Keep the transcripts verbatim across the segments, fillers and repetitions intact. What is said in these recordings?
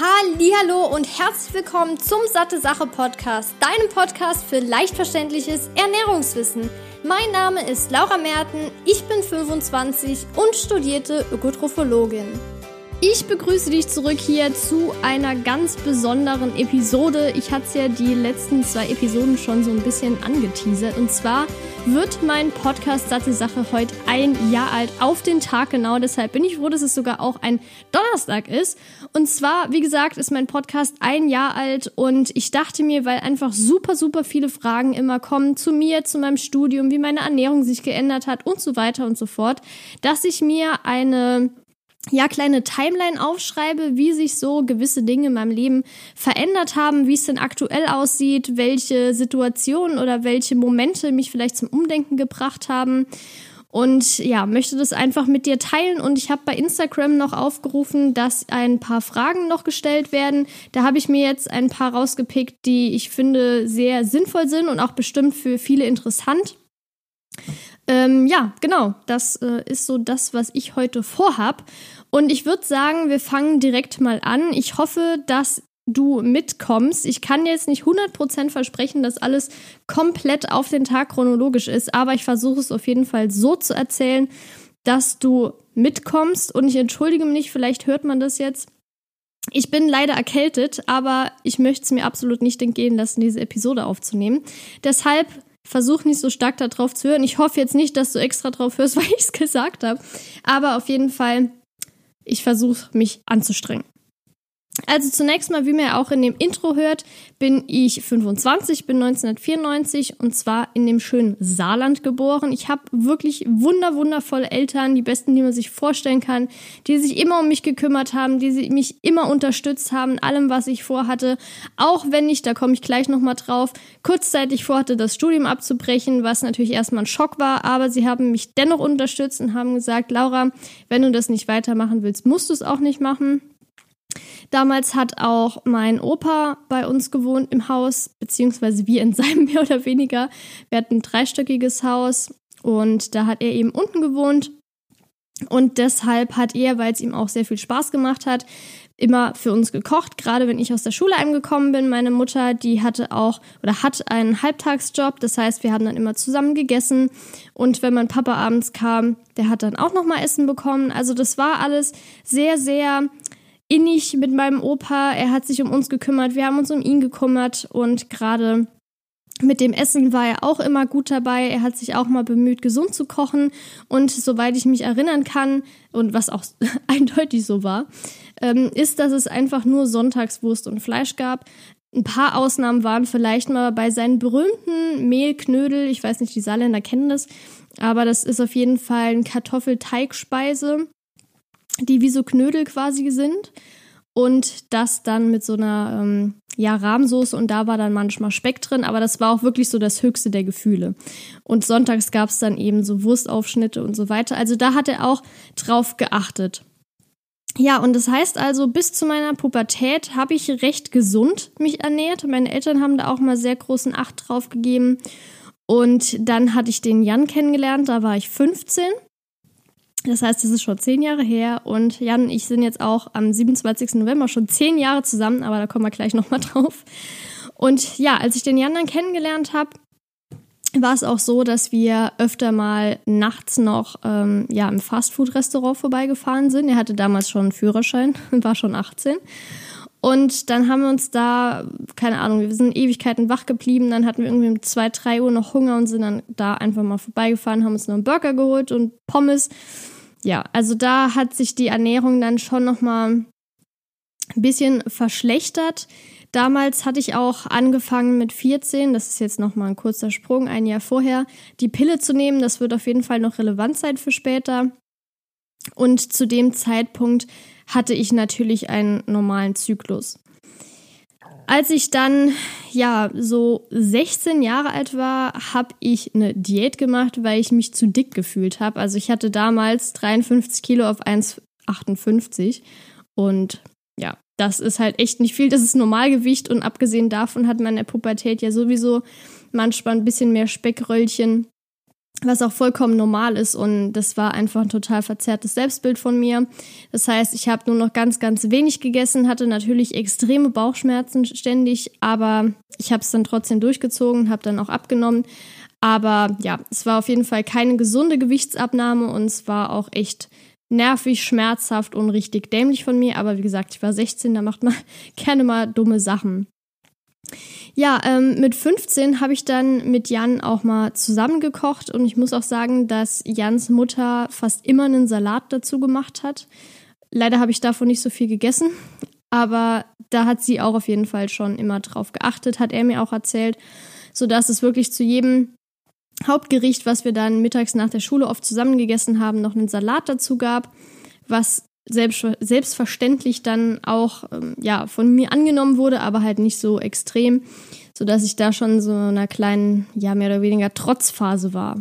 Hallihallo und herzlich willkommen zum Satte Sache Podcast, deinem Podcast für leicht verständliches Ernährungswissen. Mein Name ist Laura Merten, ich bin fünfundzwanzig und studierte Ökotrophologin. Ich begrüße dich zurück hier zu einer ganz besonderen Episode. Ich hatte es ja die letzten zwei Episoden schon so ein bisschen angeteasert. Und zwar wird mein Podcast Satte Sache heute ein Jahr alt, auf den Tag genau. Deshalb bin ich froh, dass es sogar auch ein Donnerstag ist. Und zwar, wie gesagt, ist mein Podcast ein Jahr alt. Und ich dachte mir, weil einfach super, super viele Fragen immer kommen zu mir, zu meinem Studium, wie meine Ernährung sich geändert hat und so weiter und so fort, dass ich mir eine ja, kleine Timeline aufschreibe, wie sich so gewisse Dinge in meinem Leben verändert haben, wie es denn aktuell aussieht, welche Situationen oder welche Momente mich vielleicht zum Umdenken gebracht haben. Und ja, möchte das einfach mit dir teilen. Und ich habe bei Instagram noch aufgerufen, dass ein paar Fragen noch gestellt werden. Da habe ich mir jetzt ein paar rausgepickt, die ich finde sehr sinnvoll sind und auch bestimmt für viele interessant. Ähm, ja, genau, das äh, ist so das, was ich heute vorhab. Und ich würde sagen, wir fangen direkt mal an. Ich hoffe, dass du mitkommst. Ich kann jetzt nicht hundert Prozent versprechen, dass alles komplett auf den Tag chronologisch ist, aber ich versuche es auf jeden Fall so zu erzählen, dass du mitkommst. Und ich entschuldige mich, vielleicht hört man das jetzt. Ich bin leider erkältet, aber ich möchte es mir absolut nicht entgehen lassen, diese Episode aufzunehmen. Deshalb versuch nicht so stark darauf zu hören. Ich hoffe jetzt nicht, dass du extra drauf hörst, weil ich es gesagt habe. Aber auf jeden Fall, ich versuche mich anzustrengen. Also zunächst mal, wie man ja auch in dem Intro hört, bin ich fünfundzwanzig, bin neunzehnhundertvierundneunzig und zwar in dem schönen Saarland geboren. Ich habe wirklich wunder, wundervolle Eltern, die besten, die man sich vorstellen kann, die sich immer um mich gekümmert haben, die mich immer unterstützt haben in allem, was ich vorhatte. Auch wenn ich, da komme ich gleich nochmal drauf, kurzzeitig vorhatte, das Studium abzubrechen, was natürlich erstmal ein Schock war, aber sie haben mich dennoch unterstützt und haben gesagt, Laura, wenn du das nicht weitermachen willst, musst du es auch nicht machen. Damals hat auch mein Opa bei uns gewohnt im Haus, beziehungsweise wir in seinem mehr oder weniger. Wir hatten ein dreistöckiges Haus und da hat er eben unten gewohnt. Und deshalb hat er, weil es ihm auch sehr viel Spaß gemacht hat, immer für uns gekocht. Gerade wenn ich aus der Schule heimgekommen bin, meine Mutter, die hatte auch oder hat einen Halbtagsjob. Das heißt, wir haben dann immer zusammen gegessen. Und wenn mein Papa abends kam, der hat dann auch nochmal Essen bekommen. Also das war alles sehr, sehr innig mit meinem Opa. Er hat sich um uns gekümmert, wir haben uns um ihn gekümmert und gerade mit dem Essen war er auch immer gut dabei. Er hat sich auch mal bemüht, gesund zu kochen und soweit ich mich erinnern kann und was auch eindeutig so war, ähm, ist, dass es einfach nur Sonntagswurst und Fleisch gab. Ein paar Ausnahmen waren vielleicht mal bei seinen berühmten Mehlknödel, ich weiß nicht, die Saarländer kennen das, aber das ist auf jeden Fall eine Kartoffelteigspeise, die wie so Knödel quasi sind und das dann mit so einer ähm, ja, Rahmsoße und da war dann manchmal Speck drin, aber das war auch wirklich so das höchste der Gefühle. Und sonntags gab es dann eben so Wurstaufschnitte und so weiter. Also da hat er auch drauf geachtet. Ja, und das heißt also, bis zu meiner Pubertät habe ich recht gesund mich ernährt. Meine Eltern haben da auch mal sehr großen Acht drauf gegeben. Und dann hatte ich den Jan kennengelernt, da war ich fünfzehn. Das heißt, das ist schon zehn Jahre her und Jan und ich sind jetzt auch am siebenundzwanzigsten November schon zehn Jahre zusammen, aber da kommen wir gleich nochmal drauf. Und ja, als ich den Jan dann kennengelernt habe, war es auch so, dass wir öfter mal nachts noch ähm, ja, im Fastfood-Restaurant vorbeigefahren sind. Er hatte damals schon einen Führerschein, war schon achtzehn. Und dann haben wir uns da, keine Ahnung, wir sind Ewigkeiten wach geblieben, dann hatten wir irgendwie um zwei, drei Uhr noch Hunger und sind dann da einfach mal vorbeigefahren, haben uns noch einen Burger geholt und Pommes. Ja, also da hat sich die Ernährung dann schon nochmal ein bisschen verschlechtert. Damals hatte ich auch angefangen mit vierzehn, das ist jetzt nochmal ein kurzer Sprung, ein Jahr vorher, die Pille zu nehmen. Das wird auf jeden Fall noch relevant sein für später. Und zu dem Zeitpunkt hatte ich natürlich einen normalen Zyklus. Als ich dann ja so sechzehn Jahre alt war, habe ich eine Diät gemacht, weil ich mich zu dick gefühlt habe. Also ich hatte damals dreiundfünfzig Kilo auf eins Komma achtundfünfzig und ja, das ist halt echt nicht viel. Das ist Normalgewicht und abgesehen davon hat man in der Pubertät ja sowieso manchmal ein bisschen mehr Speckröllchen was auch vollkommen normal ist, und das war einfach ein total verzerrtes Selbstbild von mir. Das heißt, ich habe nur noch ganz, ganz wenig gegessen, hatte natürlich extreme Bauchschmerzen ständig, aber ich habe es dann trotzdem durchgezogen, habe dann auch abgenommen. Aber ja, es war auf jeden Fall keine gesunde Gewichtsabnahme und es war auch echt nervig, schmerzhaft und richtig dämlich von mir. Aber wie gesagt, ich war sechzehn, da macht man gerne mal dumme Sachen. Ja, ähm, mit fünfzehn habe ich dann mit Jan auch mal zusammengekocht und ich muss auch sagen, dass Jans Mutter fast immer einen Salat dazu gemacht hat. Leider habe ich davon nicht so viel gegessen, aber da hat sie auch auf jeden Fall schon immer drauf geachtet, hat er mir auch erzählt, sodass es wirklich zu jedem Hauptgericht, was wir dann mittags nach der Schule oft zusammen gegessen haben, noch einen Salat dazu gab, was selbst, selbstverständlich dann auch ähm, ja, von mir angenommen wurde, aber halt nicht so extrem, sodass ich da schon so in einer kleinen, ja, mehr oder weniger Trotzphase war.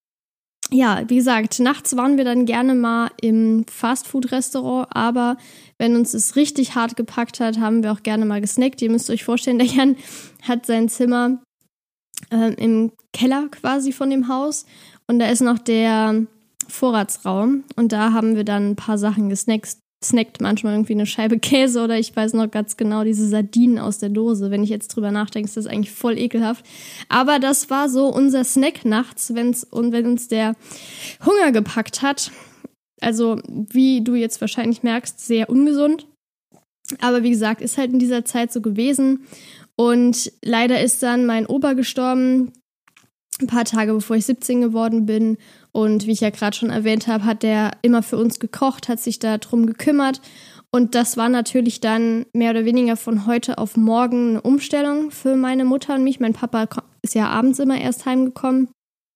Ja, wie gesagt, nachts waren wir dann gerne mal im Fastfood-Restaurant, aber wenn uns es richtig hart gepackt hat, haben wir auch gerne mal gesnackt. Ihr müsst euch vorstellen, der Jan hat sein Zimmer äh, im Keller quasi von dem Haus und da ist noch der Vorratsraum und da haben wir dann ein paar Sachen gesnackt, snackt manchmal irgendwie eine Scheibe Käse oder ich weiß noch ganz genau, diese Sardinen aus der Dose. Wenn ich jetzt drüber nachdenke, ist das eigentlich voll ekelhaft. Aber das war so unser Snack nachts, wenn's, und wenn uns der Hunger gepackt hat. Also, wie du jetzt wahrscheinlich merkst, sehr ungesund. Aber wie gesagt, ist halt in dieser Zeit so gewesen. Und leider ist dann mein Opa gestorben, ein paar Tage bevor ich siebzehn geworden bin. Und wie ich ja gerade schon erwähnt habe, hat der immer für uns gekocht, hat sich da drum gekümmert. Und das war natürlich dann mehr oder weniger von heute auf morgen eine Umstellung für meine Mutter und mich. Mein Papa ist ja abends immer erst heimgekommen.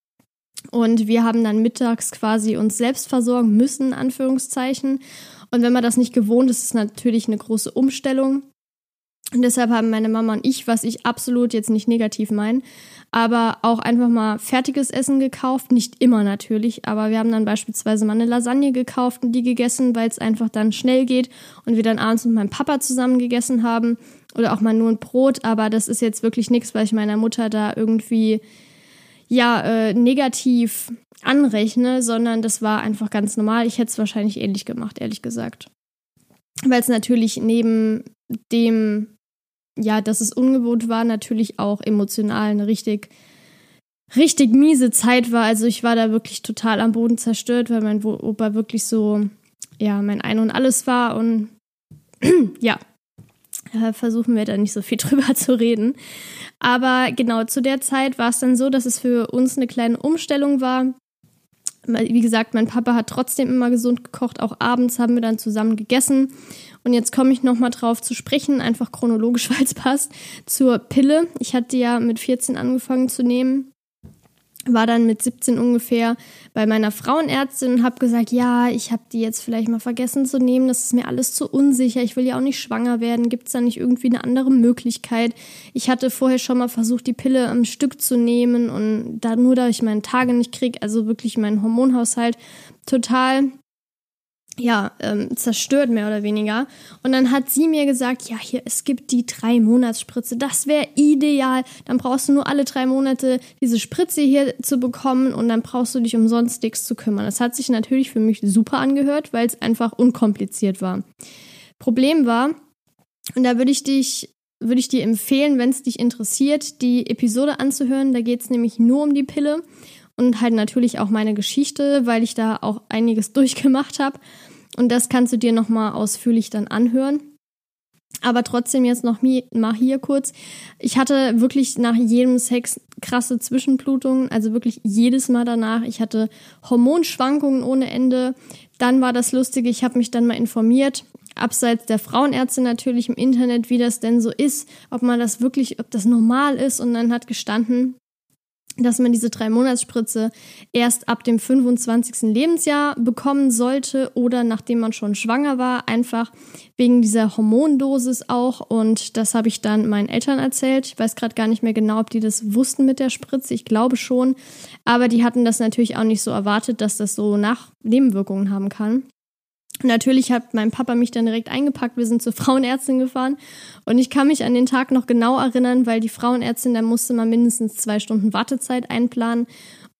Und wir haben dann mittags quasi uns selbst versorgen müssen, in Anführungszeichen. Und wenn man das nicht gewohnt ist, ist es natürlich eine große Umstellung. Und deshalb haben meine Mama und ich, was ich absolut jetzt nicht negativ meine, aber auch einfach mal fertiges Essen gekauft. Nicht immer natürlich, aber wir haben dann beispielsweise mal eine Lasagne gekauft und die gegessen, weil es einfach dann schnell geht und wir dann abends mit meinem Papa zusammen gegessen haben oder auch mal nur ein Brot. Aber das ist jetzt wirklich nichts, weil ich meiner Mutter da irgendwie ja äh, negativ anrechne, sondern das war einfach ganz normal. Ich hätte es wahrscheinlich ähnlich gemacht, ehrlich gesagt. Weil es natürlich neben dem, ja, dass es ungewohnt war, natürlich auch emotional eine richtig, richtig miese Zeit war. Also ich war da wirklich total am Boden zerstört, weil mein Opa wirklich so, ja, mein Ein und Alles war und ja, äh, versuchen wir da nicht so viel drüber zu reden. Aber genau, zu der Zeit war es dann so, dass es für uns eine kleine Umstellung war. Wie gesagt, mein Papa hat trotzdem immer gesund gekocht, auch abends haben wir dann zusammen gegessen. Und jetzt komme ich nochmal drauf zu sprechen, einfach chronologisch, weil es passt, zur Pille. Ich hatte ja mit vierzehn angefangen zu nehmen, war dann mit siebzehn ungefähr bei meiner Frauenärztin und habe gesagt, ja, ich habe die jetzt vielleicht mal vergessen zu nehmen, das ist mir alles zu unsicher, ich will ja auch nicht schwanger werden, gibt es da nicht irgendwie eine andere Möglichkeit? Ich hatte vorher schon mal versucht, die Pille am Stück zu nehmen und da nur, da ich meine Tage nicht kriege, also wirklich meinen Hormonhaushalt total ja, ähm, zerstört mehr oder weniger. Und dann hat sie mir gesagt, ja, hier, es gibt die Drei-Monats-Spritze, das wäre ideal. Dann brauchst du nur alle drei Monate diese Spritze hier zu bekommen und dann brauchst du dich umsonst nichts zu kümmern. Das hat sich natürlich für mich super angehört, weil es einfach unkompliziert war. Problem war, und da würde ich dich, würde ich dir empfehlen, wenn es dich interessiert, die Episode anzuhören. Da geht es nämlich nur um die Pille. Und halt natürlich auch meine Geschichte, weil ich da auch einiges durchgemacht habe. Und das kannst du dir nochmal ausführlich dann anhören. Aber trotzdem jetzt noch mal hier kurz. Ich hatte wirklich nach jedem Sex krasse Zwischenblutungen, also wirklich jedes Mal danach. Ich hatte Hormonschwankungen ohne Ende. Dann war das Lustige, ich habe mich dann mal informiert, abseits der Frauenärzte natürlich im Internet, wie das denn so ist, ob man das wirklich, ob das normal ist. Und dann hat gestanden, dass man diese Drei-Monats-Spritze erst ab dem fünfundzwanzigsten Lebensjahr bekommen sollte oder nachdem man schon schwanger war, einfach wegen dieser Hormondosis auch. Und das habe ich dann meinen Eltern erzählt. Ich weiß gerade gar nicht mehr genau, ob die das wussten mit der Spritze. Ich glaube schon. Aber die hatten das natürlich auch nicht so erwartet, dass das so nach Nebenwirkungen haben kann. Natürlich hat mein Papa mich dann direkt eingepackt, wir sind zur Frauenärztin gefahren und ich kann mich an den Tag noch genau erinnern, weil die Frauenärztin, da musste man mindestens zwei Stunden Wartezeit einplanen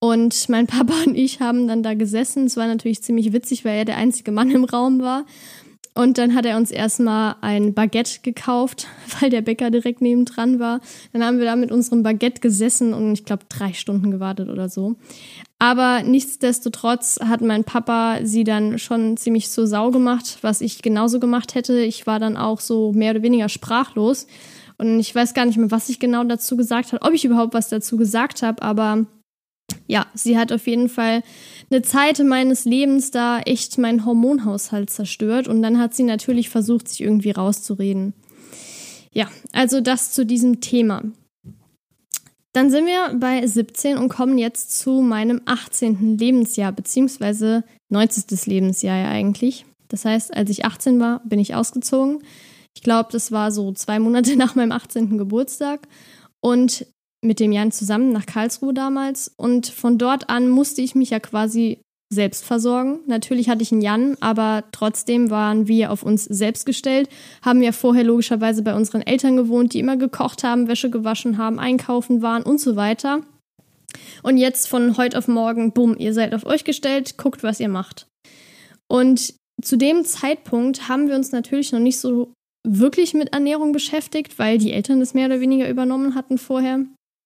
Und mein Papa und ich haben dann da gesessen. Es war natürlich ziemlich witzig, weil er der einzige Mann im Raum war. Und dann hat er uns erstmal ein Baguette gekauft, weil der Bäcker direkt nebendran war. Dann haben wir da mit unserem Baguette gesessen und ich glaube drei Stunden gewartet oder so. Aber nichtsdestotrotz hat mein Papa sie dann schon ziemlich zur Sau gemacht, was ich genauso gemacht hätte. Ich war dann auch so mehr oder weniger sprachlos. Und ich weiß gar nicht mehr, was ich genau dazu gesagt habe, ob ich überhaupt was dazu gesagt habe. Aber ja, sie hat auf jeden Fall eine Zeit meines Lebens da echt meinen Hormonhaushalt zerstört und dann hat sie natürlich versucht, sich irgendwie rauszureden. Ja, also das zu diesem Thema. Dann sind wir bei siebzehn und kommen jetzt zu meinem achtzehnten Lebensjahr, beziehungsweise neunzehnten Lebensjahr ja eigentlich. Das heißt, als ich achtzehn war, bin ich ausgezogen. Ich glaube, das war so zwei Monate nach meinem achtzehnten Geburtstag und mit dem Jan zusammen nach Karlsruhe damals und von dort an musste ich mich ja quasi selbst versorgen. Natürlich hatte ich einen Jan, aber trotzdem waren wir auf uns selbst gestellt, haben ja vorher logischerweise bei unseren Eltern gewohnt, die immer gekocht haben, Wäsche gewaschen haben, einkaufen waren und so weiter. Und jetzt von heute auf morgen, bumm, ihr seid auf euch gestellt, guckt, was ihr macht. Und zu dem Zeitpunkt haben wir uns natürlich noch nicht so wirklich mit Ernährung beschäftigt, weil die Eltern das mehr oder weniger übernommen hatten vorher.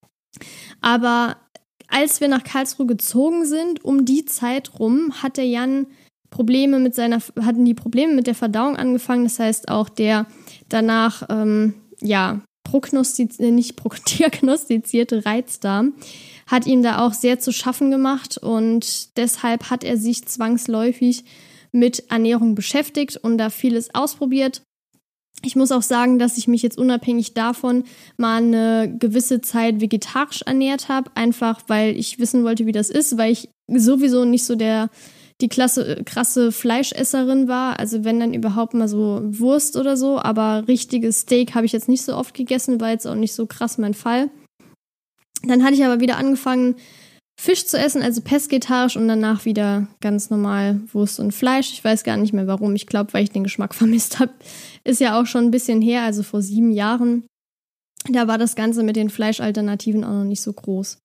Aber als wir nach Karlsruhe gezogen sind, um die Zeit rum, hat der Jan Probleme mit seiner, hatten die Probleme mit der Verdauung angefangen. Das heißt auch der danach, ähm, ja, prognostiz- nicht pro- diagnostizierte Reizdarm hat ihm da auch sehr zu schaffen gemacht und deshalb hat er sich zwangsläufig mit Ernährung beschäftigt und da vieles ausprobiert. Ich muss auch sagen, dass ich mich jetzt unabhängig davon mal eine gewisse Zeit vegetarisch ernährt habe, einfach weil ich wissen wollte, wie das ist, weil ich sowieso nicht so der die klasse, krasse Fleischesserin war, also wenn dann überhaupt mal so Wurst oder so, aber richtiges Steak habe ich jetzt nicht so oft gegessen, war jetzt auch nicht so krass mein Fall. Dann hatte ich aber wieder angefangen, Fisch zu essen, also pesketarisch und danach wieder ganz normal Wurst und Fleisch. Ich weiß gar nicht mehr warum. Ich glaube, weil ich den Geschmack vermisst habe. Ist ja auch schon ein bisschen her, also vor sieben Jahren. Da war das Ganze mit den Fleischalternativen auch noch nicht so groß.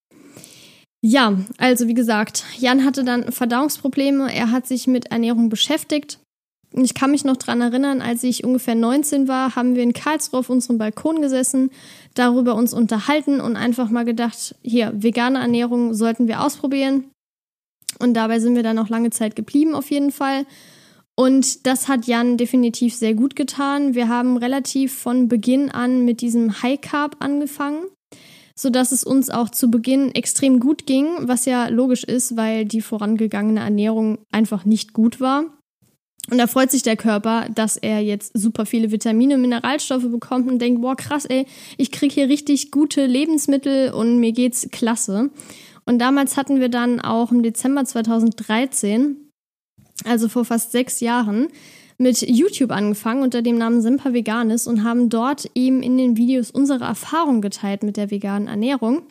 Ja, also wie gesagt, Jan hatte dann Verdauungsprobleme. Er hat sich mit Ernährung beschäftigt. Und ich kann mich noch dran erinnern, als ich ungefähr neunzehn war, haben wir in Karlsruhe auf unserem Balkon gesessen, darüber uns unterhalten und einfach mal gedacht, hier, vegane Ernährung sollten wir ausprobieren. Und dabei sind wir dann auch lange Zeit geblieben auf jeden Fall. Und das hat Jan definitiv sehr gut getan. Wir haben relativ von Beginn an mit diesem High Carb angefangen, sodass es uns auch zu Beginn extrem gut ging, was ja logisch ist, weil die vorangegangene Ernährung einfach nicht gut war. Und da freut sich der Körper, dass er jetzt super viele Vitamine und Mineralstoffe bekommt und denkt, boah, krass, ey, ich krieg hier richtig gute Lebensmittel und mir geht's klasse. Und damals hatten wir dann auch im Dezember zweitausenddreizehn, also vor fast sechs Jahren, mit YouTube angefangen unter dem Namen Semper Veganis und haben dort eben in den Videos unsere Erfahrung geteilt mit der veganen Ernährung.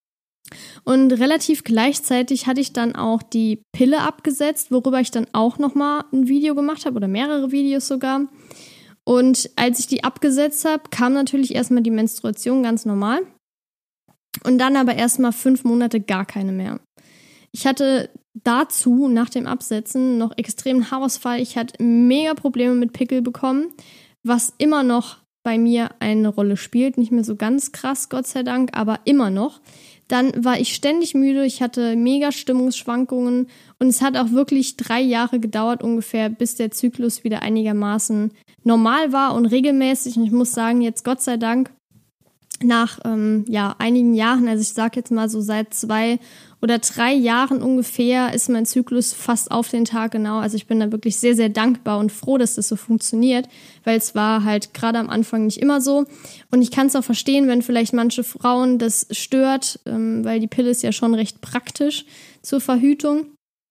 Und relativ gleichzeitig hatte ich dann auch die Pille abgesetzt, worüber ich dann auch nochmal ein Video gemacht habe oder mehrere Videos sogar. Und als ich die abgesetzt habe, kam natürlich erstmal die Menstruation ganz normal und dann aber erstmal fünf Monate gar keine mehr. Ich hatte dazu nach dem Absetzen noch extremen Haarausfall. Ich hatte mega Probleme mit Pickel bekommen, was immer noch bei mir eine Rolle spielt. Nicht mehr so ganz krass, Gott sei Dank, aber immer noch. Dann war ich ständig müde, ich hatte mega Stimmungsschwankungen und es hat auch wirklich drei Jahre gedauert ungefähr, bis der Zyklus wieder einigermaßen normal war und regelmäßig. Und ich muss sagen, jetzt Gott sei Dank nach ähm, ja, einigen Jahren, also ich sage jetzt mal so seit zwei oder drei Jahren ungefähr, ist mein Zyklus fast auf den Tag genau. Also ich bin da wirklich sehr, sehr dankbar und froh, dass das so funktioniert, weil es war halt gerade am Anfang nicht immer so. Und ich kann es auch verstehen, wenn vielleicht manche Frauen das stört, ähm, weil die Pille ist ja schon recht praktisch zur Verhütung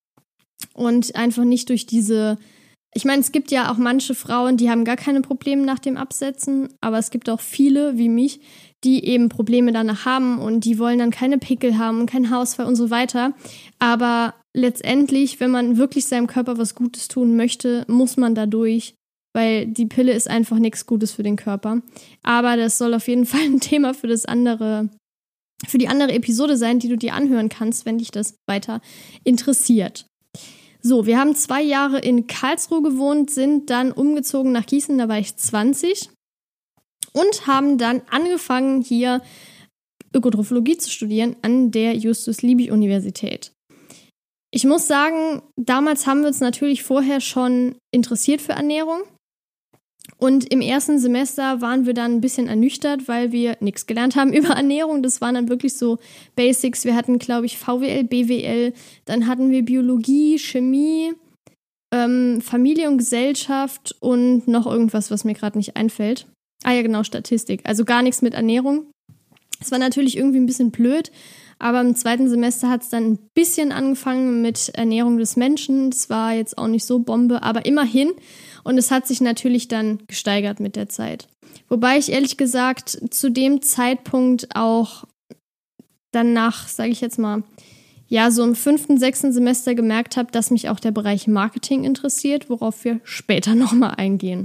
und einfach nicht durch diese... Ich meine, es gibt ja auch manche Frauen, die haben gar keine Probleme nach dem Absetzen, aber es gibt auch viele, wie mich, die eben Probleme danach haben und die wollen dann keine Pickel haben und keinen Haarausfall und so weiter. Aber letztendlich, wenn man wirklich seinem Körper was Gutes tun möchte, muss man da durch, weil die Pille ist einfach nichts Gutes für den Körper. Aber das soll auf jeden Fall ein Thema für das andere für die andere Episode sein, die du dir anhören kannst, wenn dich das weiter interessiert. So, wir haben zwei Jahre in Karlsruhe gewohnt, sind dann umgezogen nach Gießen, da war ich zwanzig und haben dann angefangen, hier Ökotrophologie zu studieren an der Justus-Liebig-Universität. Ich muss sagen, damals haben wir uns natürlich vorher schon interessiert für Ernährung. Und im ersten Semester waren wir dann ein bisschen ernüchtert, weil wir nichts gelernt haben über Ernährung. Das waren dann wirklich so Basics. Wir hatten, glaube ich, V W L, B W L, dann hatten wir Biologie, Chemie, ähm, Familie und Gesellschaft und noch irgendwas, was mir gerade nicht einfällt. Ah ja, genau, Statistik. Also gar nichts mit Ernährung. Es war natürlich irgendwie ein bisschen blöd, aber im zweiten Semester hat es dann ein bisschen angefangen mit Ernährung des Menschen. Das war jetzt auch nicht so Bombe, aber immerhin. Und es hat sich natürlich dann gesteigert mit der Zeit. Wobei ich ehrlich gesagt zu dem Zeitpunkt auch dann nach, sage ich jetzt mal, ja, so im fünften, sechsten Semester gemerkt habe, dass mich auch der Bereich Marketing interessiert, worauf wir später nochmal eingehen.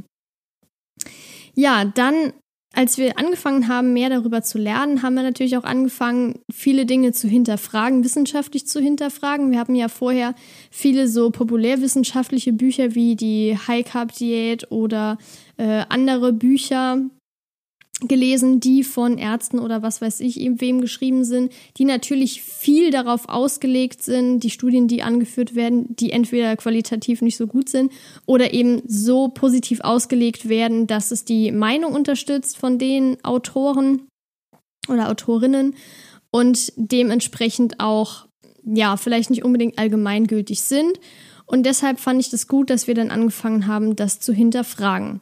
Ja, dann, als wir angefangen haben, mehr darüber zu lernen, haben wir natürlich auch angefangen, viele Dinge zu hinterfragen, wissenschaftlich zu hinterfragen. Wir haben ja vorher viele so populärwissenschaftliche Bücher wie die High-Carb-Diät oder äh, andere Bücher gelesen, die von Ärzten oder was weiß ich, wem geschrieben sind, die natürlich viel darauf ausgelegt sind, die Studien, die angeführt werden, die entweder qualitativ nicht so gut sind oder eben so positiv ausgelegt werden, dass es die Meinung unterstützt von den Autoren oder Autorinnen und dementsprechend auch, ja, vielleicht nicht unbedingt allgemeingültig sind. Und deshalb fand ich das gut, dass wir dann angefangen haben, das zu hinterfragen.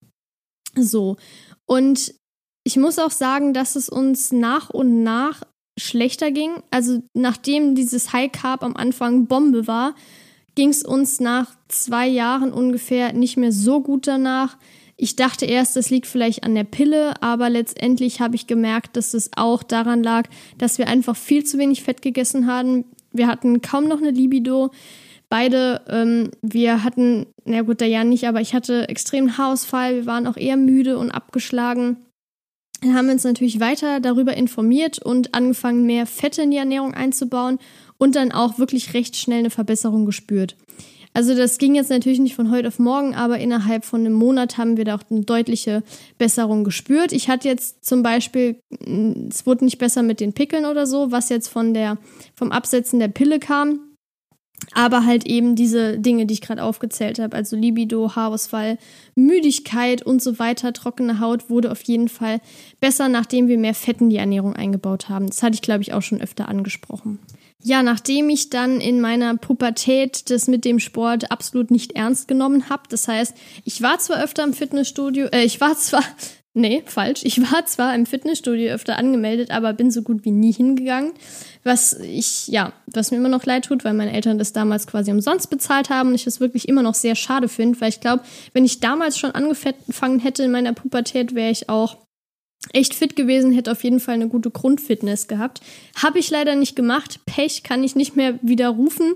So, und ich muss auch sagen, dass es uns nach und nach schlechter ging. Also nachdem dieses High Carb am Anfang Bombe war, ging es uns nach zwei Jahren ungefähr nicht mehr so gut danach. Ich dachte erst, das liegt vielleicht an der Pille, aber letztendlich habe ich gemerkt, dass es auch daran lag, dass wir einfach viel zu wenig Fett gegessen haben. Wir hatten kaum noch eine Libido. Beide, ähm, wir hatten, na gut, der Jan nicht, aber ich hatte extremen Haarausfall. Wir waren auch eher müde und abgeschlagen. Dann haben wir uns natürlich weiter darüber informiert und angefangen, mehr Fette in die Ernährung einzubauen und dann auch wirklich recht schnell eine Verbesserung gespürt. Also das ging jetzt natürlich nicht von heute auf morgen, aber innerhalb von einem Monat haben wir da auch eine deutliche Besserung gespürt. Ich hatte jetzt zum Beispiel, es wurde nicht besser mit den Pickeln oder so, was jetzt von der, vom Absetzen der Pille kam. Aber halt eben diese Dinge, die ich gerade aufgezählt habe, also Libido, Haarausfall, Müdigkeit und so weiter, trockene Haut, wurde auf jeden Fall besser, nachdem wir mehr Fett in die Ernährung eingebaut haben. Das hatte ich, glaube ich, auch schon öfter angesprochen. Ja, nachdem ich dann in meiner Pubertät das mit dem Sport absolut nicht ernst genommen habe, das heißt, ich war zwar öfter im Fitnessstudio, äh, ich war zwar, nee, falsch, ich war zwar im Fitnessstudio öfter angemeldet, aber bin so gut wie nie hingegangen, was ich, ja, was mir immer noch leid tut, weil meine Eltern das damals quasi umsonst bezahlt haben und ich das wirklich immer noch sehr schade finde, weil ich glaube, wenn ich damals schon angefangen hätte in meiner Pubertät, wäre ich auch echt fit gewesen, hätte auf jeden Fall eine gute Grundfitness gehabt. Habe ich leider nicht gemacht. Pech kann ich nicht mehr widerrufen.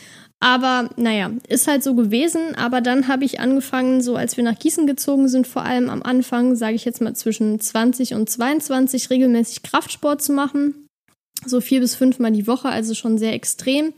Aber naja, ist halt so gewesen. Aber dann habe ich angefangen, so als wir nach Gießen gezogen sind, vor allem am Anfang, sage ich jetzt mal zwischen zwanzig und zweiundzwanzig, regelmäßig Kraftsport zu machen. So vier bis fünfmal die Woche, also schon sehr extrem.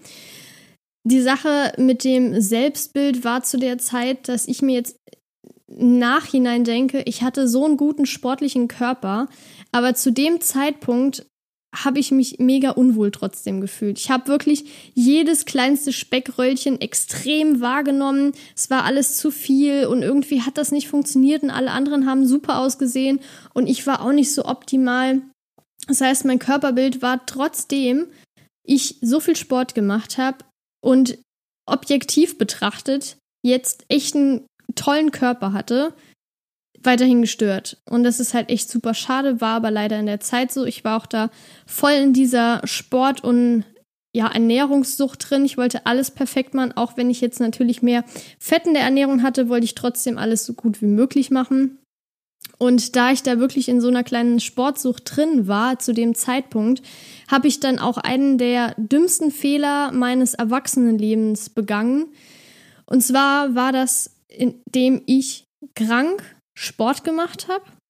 Die Sache mit dem Selbstbild war zu der Zeit, dass ich mir jetzt im Nachhinein denke, ich hatte so einen guten sportlichen Körper, aber zu dem Zeitpunkt habe ich mich mega unwohl trotzdem gefühlt. Ich habe wirklich jedes kleinste Speckröllchen extrem wahrgenommen. Es war alles zu viel und irgendwie hat das nicht funktioniert und alle anderen haben super ausgesehen und ich war auch nicht so optimal. Das heißt, mein Körperbild war trotzdem, ich so viel Sport gemacht habe und objektiv betrachtet jetzt echt einen tollen Körper hatte, weiterhin gestört. Und das ist halt echt super schade, war aber leider in der Zeit so. Ich war auch da voll in dieser Sport- und ja, Ernährungssucht drin. Ich wollte alles perfekt machen, auch wenn ich jetzt natürlich mehr Fett in der Ernährung hatte, wollte ich trotzdem alles so gut wie möglich machen. Und da ich da wirklich in so einer kleinen Sportsucht drin war, zu dem Zeitpunkt, habe ich dann auch einen der dümmsten Fehler meines Erwachsenenlebens begangen. Und zwar war das, indem ich krank Sport gemacht habe.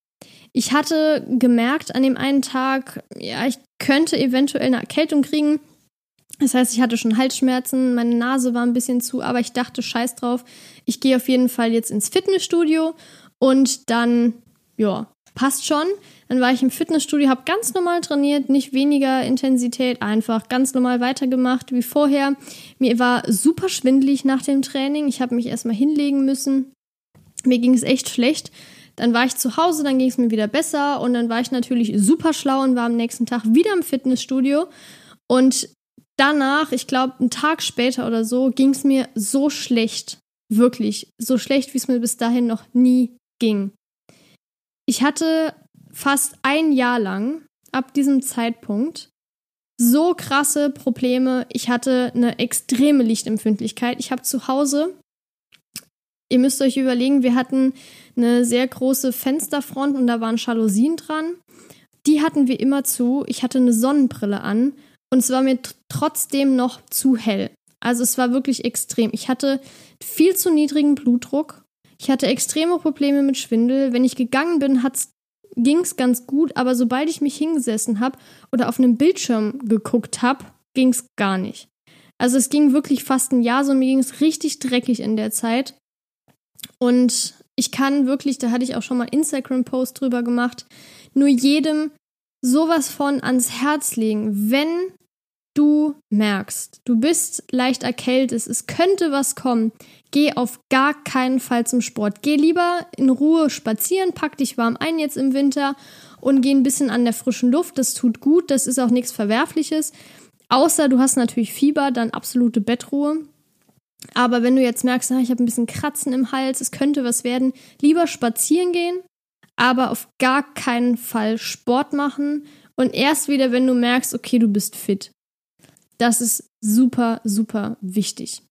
Ich hatte gemerkt an dem einen Tag, ja, ich könnte eventuell eine Erkältung kriegen. Das heißt, ich hatte schon Halsschmerzen, meine Nase war ein bisschen zu, aber ich dachte, scheiß drauf, ich gehe auf jeden Fall jetzt ins Fitnessstudio und dann, ja, passt schon. Dann war ich im Fitnessstudio, habe ganz normal trainiert, nicht weniger Intensität, einfach ganz normal weitergemacht wie vorher. Mir war super schwindelig nach dem Training, ich habe mich erstmal hinlegen müssen, mir ging es echt schlecht. Dann war ich zu Hause, dann ging es mir wieder besser und dann war ich natürlich super schlau und war am nächsten Tag wieder im Fitnessstudio und danach, ich glaube, einen Tag später oder so, ging es mir so schlecht, wirklich so schlecht, wie es mir bis dahin noch nie ging. Ich hatte fast ein Jahr lang, ab diesem Zeitpunkt, so krasse Probleme. Ich hatte eine extreme Lichtempfindlichkeit. Ich habe zu Hause, ihr müsst euch überlegen, wir hatten eine sehr große Fensterfront und da waren Jalousien dran. Die hatten wir immer zu. Ich hatte eine Sonnenbrille an. Und es war mir t- trotzdem noch zu hell. Also es war wirklich extrem. Ich hatte viel zu niedrigen Blutdruck. Ich hatte extreme Probleme mit Schwindel. Wenn ich gegangen bin, ging es ganz gut. Aber sobald ich mich hingesessen habe oder auf einem Bildschirm geguckt habe, ging es gar nicht. Also es ging wirklich fast ein Jahr so. Mir ging es richtig dreckig in der Zeit. Und ich kann wirklich, da hatte ich auch schon mal Instagram-Post drüber gemacht, nur jedem sowas von ans Herz legen, wenn du merkst, du bist leicht erkältet, es könnte was kommen, geh auf gar keinen Fall zum Sport. Geh lieber in Ruhe spazieren, pack dich warm ein jetzt im Winter und geh ein bisschen an der frischen Luft. Das tut gut, das ist auch nichts Verwerfliches. Außer du hast natürlich Fieber, dann absolute Bettruhe. Aber wenn du jetzt merkst, ich habe ein bisschen Kratzen im Hals, es könnte was werden, lieber spazieren gehen, aber auf gar keinen Fall Sport machen und erst wieder, wenn du merkst, okay, du bist fit. Das ist super, super wichtig.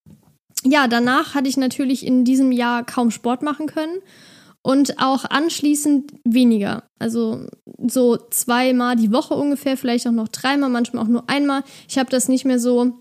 Ja, danach hatte ich natürlich in diesem Jahr kaum Sport machen können und auch anschließend weniger. Also so zweimal die Woche ungefähr, vielleicht auch noch dreimal, manchmal auch nur einmal. Ich habe das nicht mehr so,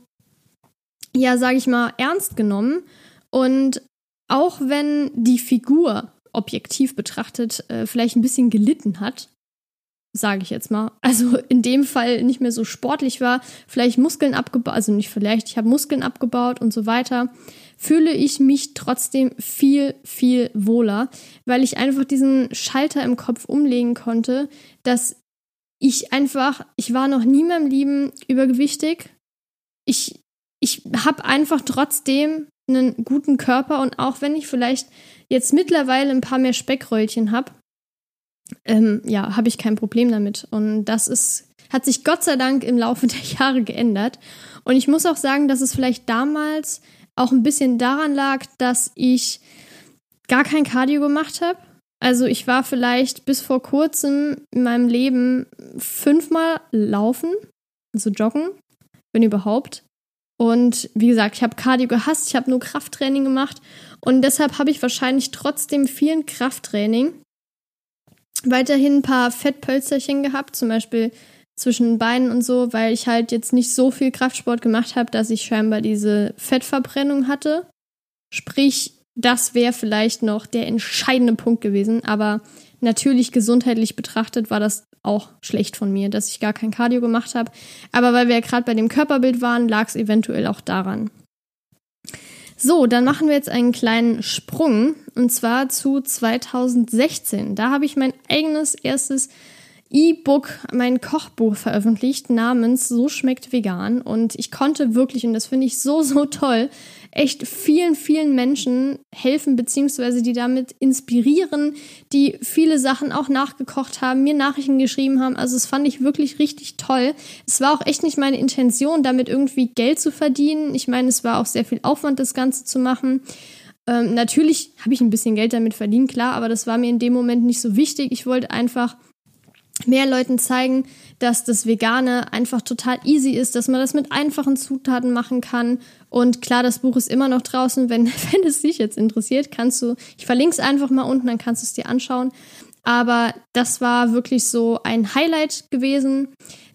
ja, sage ich mal, ernst genommen. Und auch wenn die Figur objektiv betrachtet äh, vielleicht ein bisschen gelitten hat, sage ich jetzt mal, also in dem Fall nicht mehr so sportlich war, vielleicht Muskeln abgebaut, also nicht vielleicht, ich habe Muskeln abgebaut und so weiter, fühle ich mich trotzdem viel, viel wohler, weil ich einfach diesen Schalter im Kopf umlegen konnte, dass ich einfach, ich war noch nie in meinem Leben übergewichtig, ich, ich habe einfach trotzdem einen guten Körper und auch wenn ich vielleicht jetzt mittlerweile ein paar mehr Speckröllchen habe, ähm, ja, habe ich kein Problem damit. Und das ist, hat sich Gott sei Dank im Laufe der Jahre geändert. Und ich muss auch sagen, dass es vielleicht damals auch ein bisschen daran lag, dass ich gar kein Cardio gemacht habe. Also ich war vielleicht bis vor kurzem in meinem Leben fünfmal laufen, also joggen, wenn überhaupt. Und wie gesagt, ich habe Cardio gehasst, ich habe nur Krafttraining gemacht und deshalb habe ich wahrscheinlich trotzdem viel Krafttraining weiterhin ein paar Fettpölzerchen gehabt, zum Beispiel zwischen den Beinen und so, weil ich halt jetzt nicht so viel Kraftsport gemacht habe, dass ich scheinbar diese Fettverbrennung hatte. Sprich, das wäre vielleicht noch der entscheidende Punkt gewesen, aber natürlich gesundheitlich betrachtet war das auch schlecht von mir, dass ich gar kein Cardio gemacht habe. Aber weil wir ja gerade bei dem Körperbild waren, lag es eventuell auch daran. So, dann machen wir jetzt einen kleinen Sprung und zwar zu zweitausendsechzehn. Da habe ich mein eigenes erstes E-Book, mein Kochbuch veröffentlicht namens So schmeckt vegan und ich konnte wirklich, und das finde ich so, so toll, echt vielen, vielen Menschen helfen, beziehungsweise die damit inspirieren, die viele Sachen auch nachgekocht haben, mir Nachrichten geschrieben haben. Also das fand ich wirklich richtig toll. Es war auch echt nicht meine Intention, damit irgendwie Geld zu verdienen. Ich meine, es war auch sehr viel Aufwand, das Ganze zu machen. Ähm, natürlich habe ich ein bisschen Geld damit verdient, klar, aber das war mir in dem Moment nicht so wichtig. Ich wollte einfach mehr Leuten zeigen, dass das Vegane einfach total easy ist, dass man das mit einfachen Zutaten machen kann. Und klar, das Buch ist immer noch draußen. Wenn, wenn es dich jetzt interessiert, kannst du, ich verlinke es einfach mal unten, dann kannst du es dir anschauen. Aber das war wirklich so ein Highlight gewesen.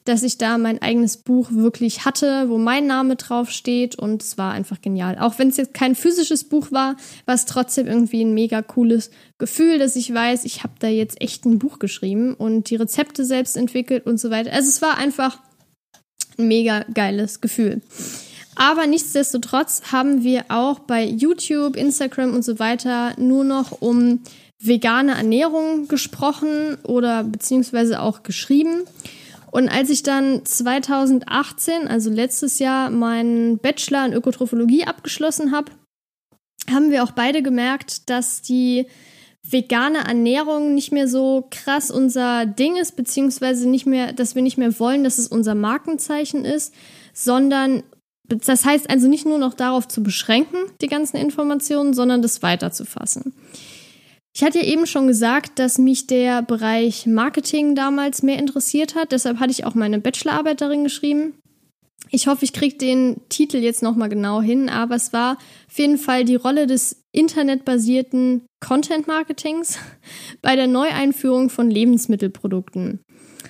dass ich da mein eigenes Buch wirklich hatte, wo mein Name drauf steht und es war einfach genial. Auch wenn es jetzt kein physisches Buch war, war es trotzdem irgendwie ein mega cooles Gefühl, dass ich weiß, ich habe da jetzt echt ein Buch geschrieben und die Rezepte selbst entwickelt und so weiter. Also es war einfach ein mega geiles Gefühl. Aber nichtsdestotrotz haben wir auch bei YouTube, Instagram und so weiter nur noch um vegane Ernährung gesprochen oder beziehungsweise auch geschrieben. Und als ich dann zwanzig achtzehn, also letztes Jahr, meinen Bachelor in Ökotrophologie abgeschlossen habe, haben wir auch beide gemerkt, dass die vegane Ernährung nicht mehr so krass unser Ding ist, beziehungsweise nicht mehr, dass wir nicht mehr wollen, dass es unser Markenzeichen ist, sondern das heißt also nicht nur noch darauf zu beschränken, die ganzen Informationen, sondern das weiterzufassen. Ich hatte ja eben schon gesagt, dass mich der Bereich Marketing damals mehr interessiert hat. Deshalb hatte ich auch meine Bachelorarbeit darin geschrieben. Ich hoffe, ich kriege den Titel jetzt nochmal genau hin, aber es war auf jeden Fall die Rolle des internetbasierten Content-Marketings bei der Neueinführung von Lebensmittelprodukten.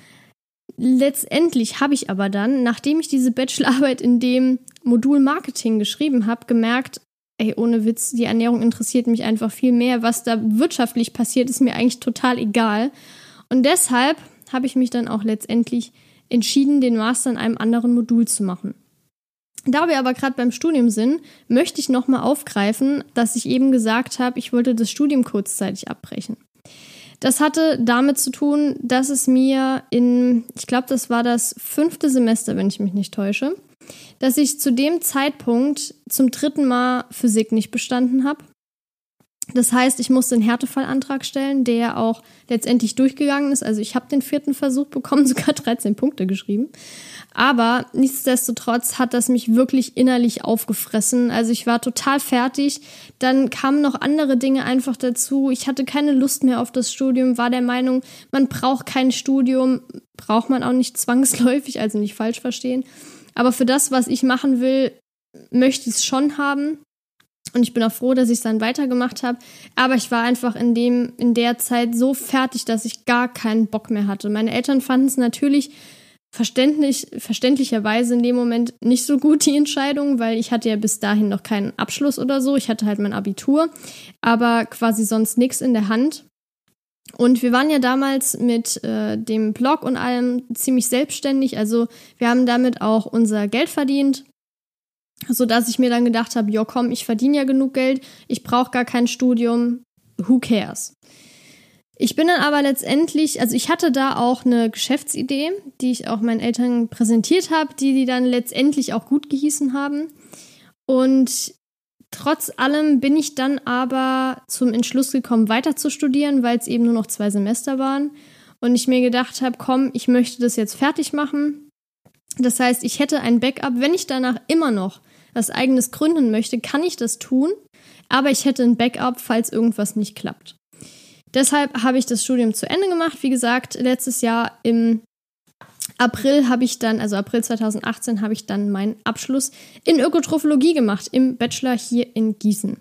Letztendlich habe ich aber dann, nachdem ich diese Bachelorarbeit in dem Modul Marketing geschrieben habe, gemerkt, ey, ohne Witz, die Ernährung interessiert mich einfach viel mehr. Was da wirtschaftlich passiert, ist mir eigentlich total egal. Und deshalb habe ich mich dann auch letztendlich entschieden, den Master in einem anderen Modul zu machen. Da wir aber gerade beim Studium sind, möchte ich nochmal aufgreifen, dass ich eben gesagt habe, ich wollte das Studium kurzzeitig abbrechen. Das hatte damit zu tun, dass es mir in, ich glaube, das war das fünfte Semester, wenn ich mich nicht täusche, dass ich zu dem Zeitpunkt zum dritten Mal Physik nicht bestanden habe. Das heißt, ich musste einen Härtefallantrag stellen, der auch letztendlich durchgegangen ist. Also ich habe den vierten Versuch bekommen, sogar dreizehn Punkte geschrieben. Aber nichtsdestotrotz hat das mich wirklich innerlich aufgefressen. Also ich war total fertig. Dann kamen noch andere Dinge einfach dazu. Ich hatte keine Lust mehr auf das Studium, war der Meinung, man braucht kein Studium, braucht man auch nicht zwangsläufig, also nicht falsch verstehen. Aber für das, was ich machen will, möchte ich es schon haben. Und ich bin auch froh, dass ich es dann weitergemacht habe. Aber ich war einfach in dem, in der Zeit so fertig, dass ich gar keinen Bock mehr hatte. Meine Eltern fanden es natürlich verständlich, verständlicherweise in dem Moment nicht so gut, die Entscheidung, weil ich hatte ja bis dahin noch keinen Abschluss oder so. Ich hatte halt mein Abitur, aber quasi sonst nichts in der Hand. Und wir waren ja damals mit äh, dem Blog und allem ziemlich selbstständig. Also wir haben damit auch unser Geld verdient, sodass ich mir dann gedacht habe, ja komm, ich verdiene ja genug Geld, ich brauche gar kein Studium, who cares? Ich bin dann aber letztendlich, also ich hatte da auch eine Geschäftsidee, die ich auch meinen Eltern präsentiert habe, die die dann letztendlich auch gut gehießen haben. Und trotz allem bin ich dann aber zum Entschluss gekommen, weiter zu studieren, weil es eben nur noch zwei Semester waren. Und ich mir gedacht habe, komm, ich möchte das jetzt fertig machen. Das heißt, ich hätte ein Backup. Wenn ich danach immer noch was Eigenes gründen möchte, kann ich das tun. Aber ich hätte ein Backup, falls irgendwas nicht klappt. Deshalb habe ich das Studium zu Ende gemacht. Wie gesagt, letztes Jahr im April habe ich dann, also April zwanzig achtzehn, habe ich dann meinen Abschluss in Ökotrophologie gemacht, im Bachelor hier in Gießen.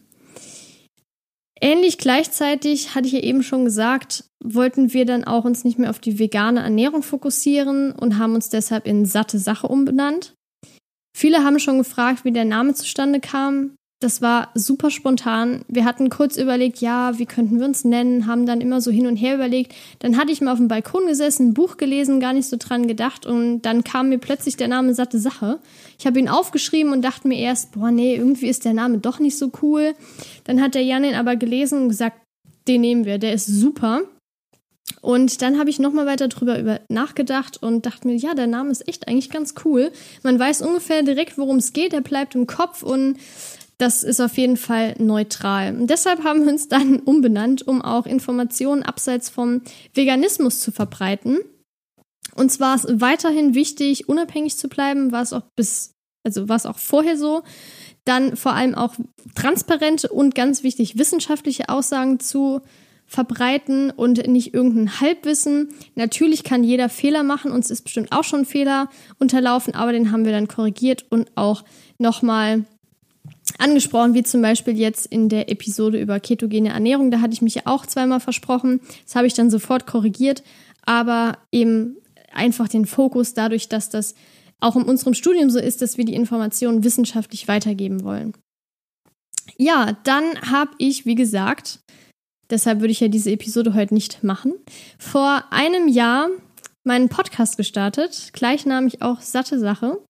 Ähnlich gleichzeitig, hatte ich ja eben schon gesagt, wollten wir dann auch uns nicht mehr auf die vegane Ernährung fokussieren und haben uns deshalb in Satte Sache umbenannt. Viele haben schon gefragt, wie der Name zustande kam. Das war super spontan. Wir hatten kurz überlegt, ja, wie könnten wir uns nennen, haben dann immer so hin und her überlegt. Dann hatte ich mal auf dem Balkon gesessen, ein Buch gelesen, gar nicht so dran gedacht und dann kam mir plötzlich der Name Satte Sache. Ich habe ihn aufgeschrieben und dachte mir erst, boah, nee, irgendwie ist der Name doch nicht so cool. Dann hat der Jan ihn aber gelesen und gesagt, den nehmen wir, der ist super. Und dann habe ich nochmal weiter drüber über nachgedacht und dachte mir, ja, der Name ist echt eigentlich ganz cool. Man weiß ungefähr direkt, worum es geht, der bleibt im Kopf und das ist auf jeden Fall neutral. Und deshalb haben wir uns dann umbenannt, um auch Informationen abseits vom Veganismus zu verbreiten. Und zwar ist es weiterhin wichtig, unabhängig zu bleiben, war es auch bis, also war es auch vorher so. Dann vor allem auch transparente und ganz wichtig wissenschaftliche Aussagen zu verbreiten und nicht irgendein Halbwissen. Natürlich kann jeder Fehler machen, uns ist bestimmt auch schon ein Fehler unterlaufen, aber den haben wir dann korrigiert und auch nochmal angesprochen, wie zum Beispiel jetzt in der Episode über ketogene Ernährung. Da hatte ich mich ja auch zweimal versprochen. Das habe ich dann sofort korrigiert, aber eben einfach den Fokus dadurch, dass das auch in unserem Studium so ist, dass wir die Informationen wissenschaftlich weitergeben wollen. Ja, dann habe ich, wie gesagt, deshalb würde ich ja diese Episode heute nicht machen, vor einem Jahr meinen Podcast gestartet, gleichnamig auch Satte Sache.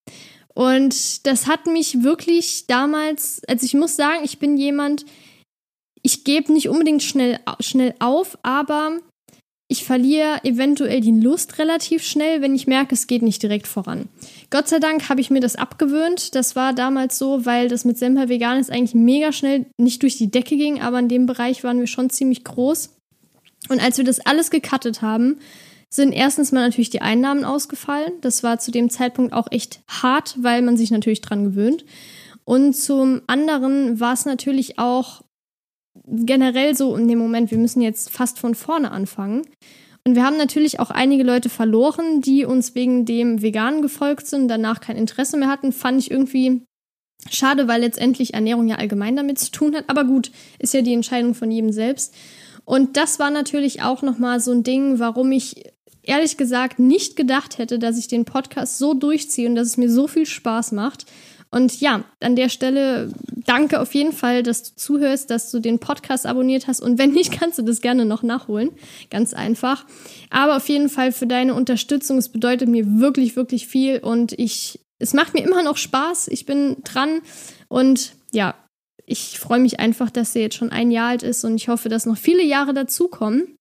Und das hat mich wirklich damals, also ich muss sagen, ich bin jemand, ich gebe nicht unbedingt schnell, schnell auf, aber ich verliere eventuell die Lust relativ schnell, wenn ich merke, es geht nicht direkt voran. Gott sei Dank habe ich mir das abgewöhnt. Das war damals so, weil das mit Semper Vegan ist eigentlich mega schnell nicht durch die Decke ging, aber in dem Bereich waren wir schon ziemlich groß. Und als wir das alles gecuttet haben, sind erstens mal natürlich die Einnahmen ausgefallen. Das war zu dem Zeitpunkt auch echt hart, weil man sich natürlich dran gewöhnt. Und zum anderen war es natürlich auch generell so in dem Moment, wir müssen jetzt fast von vorne anfangen. Und wir haben natürlich auch einige Leute verloren, die uns wegen dem Veganen gefolgt sind und danach kein Interesse mehr hatten. Fand ich irgendwie schade, weil letztendlich Ernährung ja allgemein damit zu tun hat. Aber gut, ist ja die Entscheidung von jedem selbst. Und das war natürlich auch nochmal so ein Ding, warum ich ehrlich gesagt nicht gedacht hätte, dass ich den Podcast so durchziehe und dass es mir so viel Spaß macht. Und ja, an der Stelle danke auf jeden Fall, dass du zuhörst, dass du den Podcast abonniert hast. Und wenn nicht, kannst du das gerne noch nachholen. Ganz einfach. Aber auf jeden Fall für deine Unterstützung. Es bedeutet mir wirklich, wirklich viel. Und ich, es macht mir immer noch Spaß. Ich bin dran. Und ja, ich freue mich einfach, dass der jetzt schon ein Jahr alt ist. Und ich hoffe, dass noch viele Jahre dazukommen.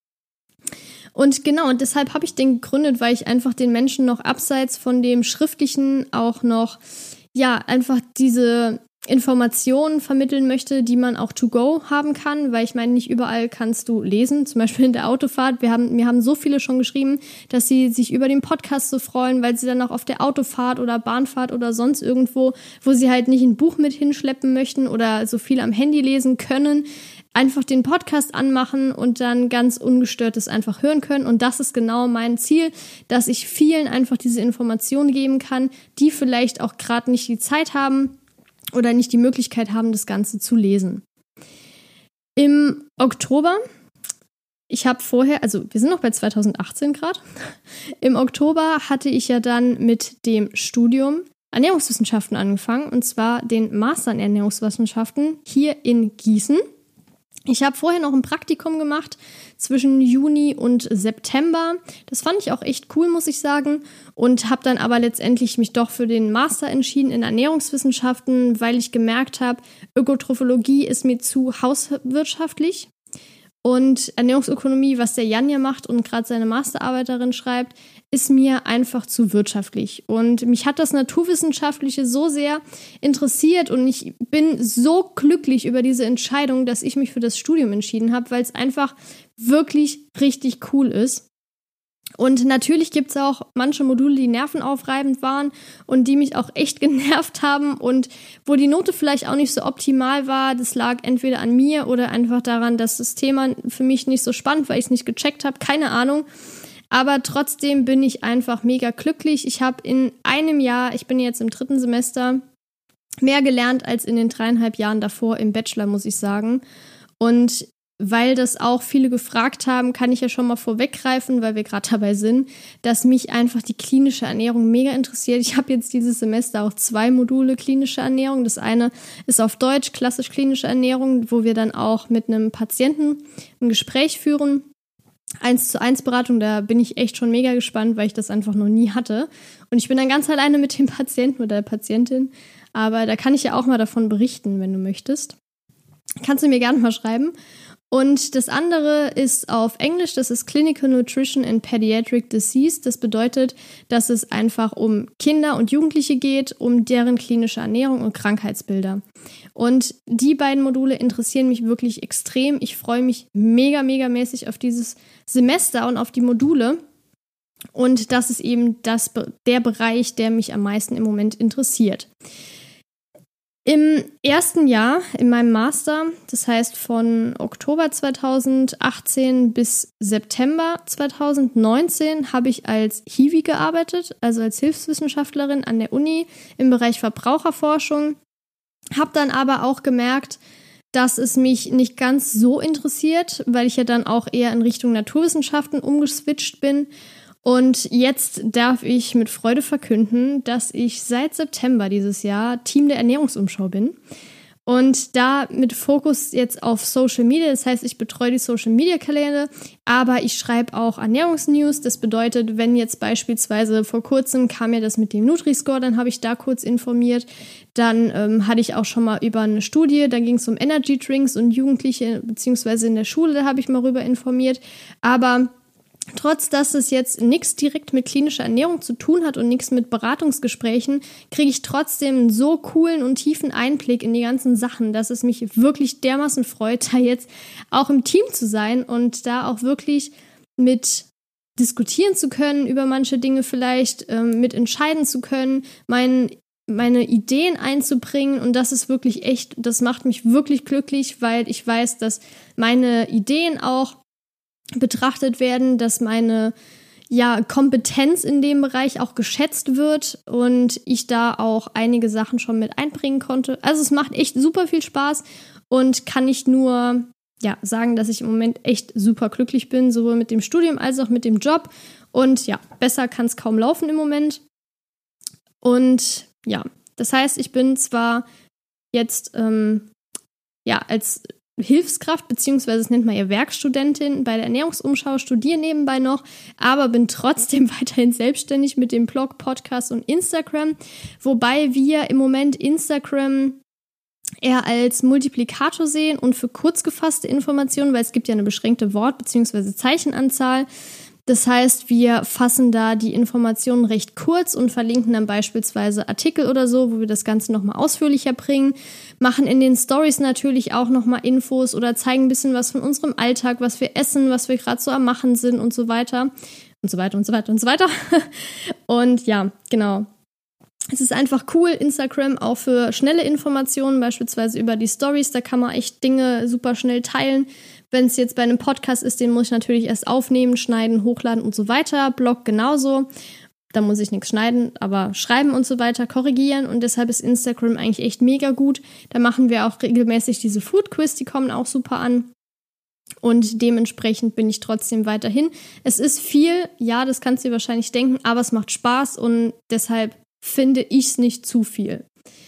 Und genau, und deshalb habe ich den gegründet, weil ich einfach den Menschen noch abseits von dem Schriftlichen auch noch, ja, einfach diese Informationen vermitteln möchte, die man auch to go haben kann, weil ich meine, nicht überall kannst du lesen, zum Beispiel in der Autofahrt. Wir haben, mir haben so viele schon geschrieben, dass sie sich über den Podcast so freuen, weil sie dann auch auf der Autofahrt oder Bahnfahrt oder sonst irgendwo, wo sie halt nicht ein Buch mit hinschleppen möchten oder so viel am Handy lesen können, einfach den Podcast anmachen und dann ganz ungestört das einfach hören können. Und das ist genau mein Ziel, dass ich vielen einfach diese Informationen geben kann, die vielleicht auch gerade nicht die Zeit haben oder nicht die Möglichkeit haben, das Ganze zu lesen. Im Oktober, ich habe vorher, also wir sind noch bei zweitausendachtzehn gerade, im Oktober hatte ich ja dann mit dem Studium Ernährungswissenschaften angefangen, und zwar den Master in Ernährungswissenschaften hier in Gießen. Ich habe vorher noch ein Praktikum gemacht zwischen Juni und September. Das fand ich auch echt cool, muss ich sagen. Und habe dann aber letztendlich mich doch für den Master entschieden in Ernährungswissenschaften, weil ich gemerkt habe, Ökotrophologie ist mir zu hauswirtschaftlich. Und Ernährungsökonomie, was der Jan ja macht und gerade seine Masterarbeit darin schreibt, ist mir einfach zu wirtschaftlich. Und mich hat das Naturwissenschaftliche so sehr interessiert und ich bin so glücklich über diese Entscheidung, dass ich mich für das Studium entschieden habe, weil es einfach wirklich richtig cool ist. Und natürlich gibt es auch manche Module, die nervenaufreibend waren und die mich auch echt genervt haben und wo die Note vielleicht auch nicht so optimal war. Das lag entweder an mir oder einfach daran, dass das Thema für mich nicht so spannend war, weil ich es nicht gecheckt habe, keine Ahnung. Aber trotzdem bin ich einfach mega glücklich. Ich habe in einem Jahr, ich bin jetzt im dritten Semester, mehr gelernt als in den dreieinhalb Jahren davor im Bachelor, muss ich sagen. Und weil das auch viele gefragt haben, kann ich ja schon mal vorweggreifen, weil wir gerade dabei sind, dass mich einfach die klinische Ernährung mega interessiert. Ich habe jetzt dieses Semester auch zwei Module klinische Ernährung. Das eine ist auf Deutsch, klassisch klinische Ernährung, wo wir dann auch mit einem Patienten ein Gespräch führen. Eins zu eins Beratung, da bin ich echt schon mega gespannt, weil ich das einfach noch nie hatte. Und ich bin dann ganz alleine mit dem Patienten oder der Patientin. Aber da kann ich ja auch mal davon berichten, wenn du möchtest. Kannst du mir gerne mal schreiben. Und das andere ist auf Englisch, das ist Clinical Nutrition and Pediatric Disease. Das bedeutet, dass es einfach um Kinder und Jugendliche geht, um deren klinische Ernährung und Krankheitsbilder. Und die beiden Module interessieren mich wirklich extrem. Ich freue mich mega, mega mäßig auf dieses Semester und auf die Module. Und das ist eben das, der Bereich, der mich am meisten im Moment interessiert. Im ersten Jahr in meinem Master, das heißt von Oktober zweitausendachtzehn bis September zweitausendneunzehn, habe ich als Hiwi gearbeitet, also als Hilfswissenschaftlerin an der Uni im Bereich Verbraucherforschung. Habe dann aber auch gemerkt, dass es mich nicht ganz so interessiert, weil ich ja dann auch eher in Richtung Naturwissenschaften umgeswitcht bin. Und jetzt darf ich mit Freude verkünden, dass ich seit September dieses Jahr Team der Ernährungsumschau bin. Und da mit Fokus jetzt auf Social Media, das heißt, ich betreue die Social Media Kanäle, aber ich schreibe auch Ernährungsnews. Das bedeutet, wenn jetzt beispielsweise vor kurzem kam ja das mit dem Nutri-Score, dann habe ich da kurz informiert. Dann ähm, hatte ich auch schon mal über eine Studie, da ging es um Energy Drinks und Jugendliche, beziehungsweise in der Schule, da habe ich mal rüber informiert. Aber trotz, dass es jetzt nichts direkt mit klinischer Ernährung zu tun hat und nichts mit Beratungsgesprächen, kriege ich trotzdem einen so coolen und tiefen Einblick in die ganzen Sachen, dass es mich wirklich dermaßen freut, da jetzt auch im Team zu sein und da auch wirklich mit diskutieren zu können über manche Dinge vielleicht, ähm, mit entscheiden zu können, mein, meine Ideen einzubringen, und das ist wirklich echt, das macht mich wirklich glücklich, weil ich weiß, dass meine Ideen auch betrachtet werden, dass meine ja, Kompetenz in dem Bereich auch geschätzt wird und ich da auch einige Sachen schon mit einbringen konnte. Also es macht echt super viel Spaß und kann nicht nur ja, sagen, dass ich im Moment echt super glücklich bin, sowohl mit dem Studium als auch mit dem Job. Und ja, besser kann es kaum laufen im Moment. Und ja, das heißt, ich bin zwar jetzt ähm, ja als Hilfskraft, beziehungsweise das nennt man ja Werkstudentin bei der Ernährungsumschau, studiere nebenbei noch, aber bin trotzdem weiterhin selbstständig mit dem Blog, Podcast und Instagram, wobei wir im Moment Instagram eher als Multiplikator sehen und für kurz gefasste Informationen, weil es gibt ja eine beschränkte Wort- bzw. Zeichenanzahl. Das heißt, wir fassen da die Informationen recht kurz und verlinken dann beispielsweise Artikel oder so, wo wir das Ganze nochmal ausführlicher bringen, machen in den Stories natürlich auch nochmal Infos oder zeigen ein bisschen was von unserem Alltag, was wir essen, was wir gerade so am Machen sind und so weiter und so weiter und so weiter und so weiter. Und ja, genau. Es ist einfach cool, Instagram auch für schnelle Informationen, beispielsweise über die Stories, da kann man echt Dinge super schnell teilen. Wenn es jetzt bei einem Podcast ist, den muss ich natürlich erst aufnehmen, schneiden, hochladen und so weiter. Blog genauso. Da muss ich nichts schneiden, aber schreiben und so weiter, korrigieren. Und deshalb ist Instagram eigentlich echt mega gut. Da machen wir auch regelmäßig diese Food Quiz, die kommen auch super an. Und dementsprechend bin ich trotzdem weiterhin. Es ist viel, ja, das kannst du dir wahrscheinlich denken, aber es macht Spaß und deshalb finde ich es nicht zu viel.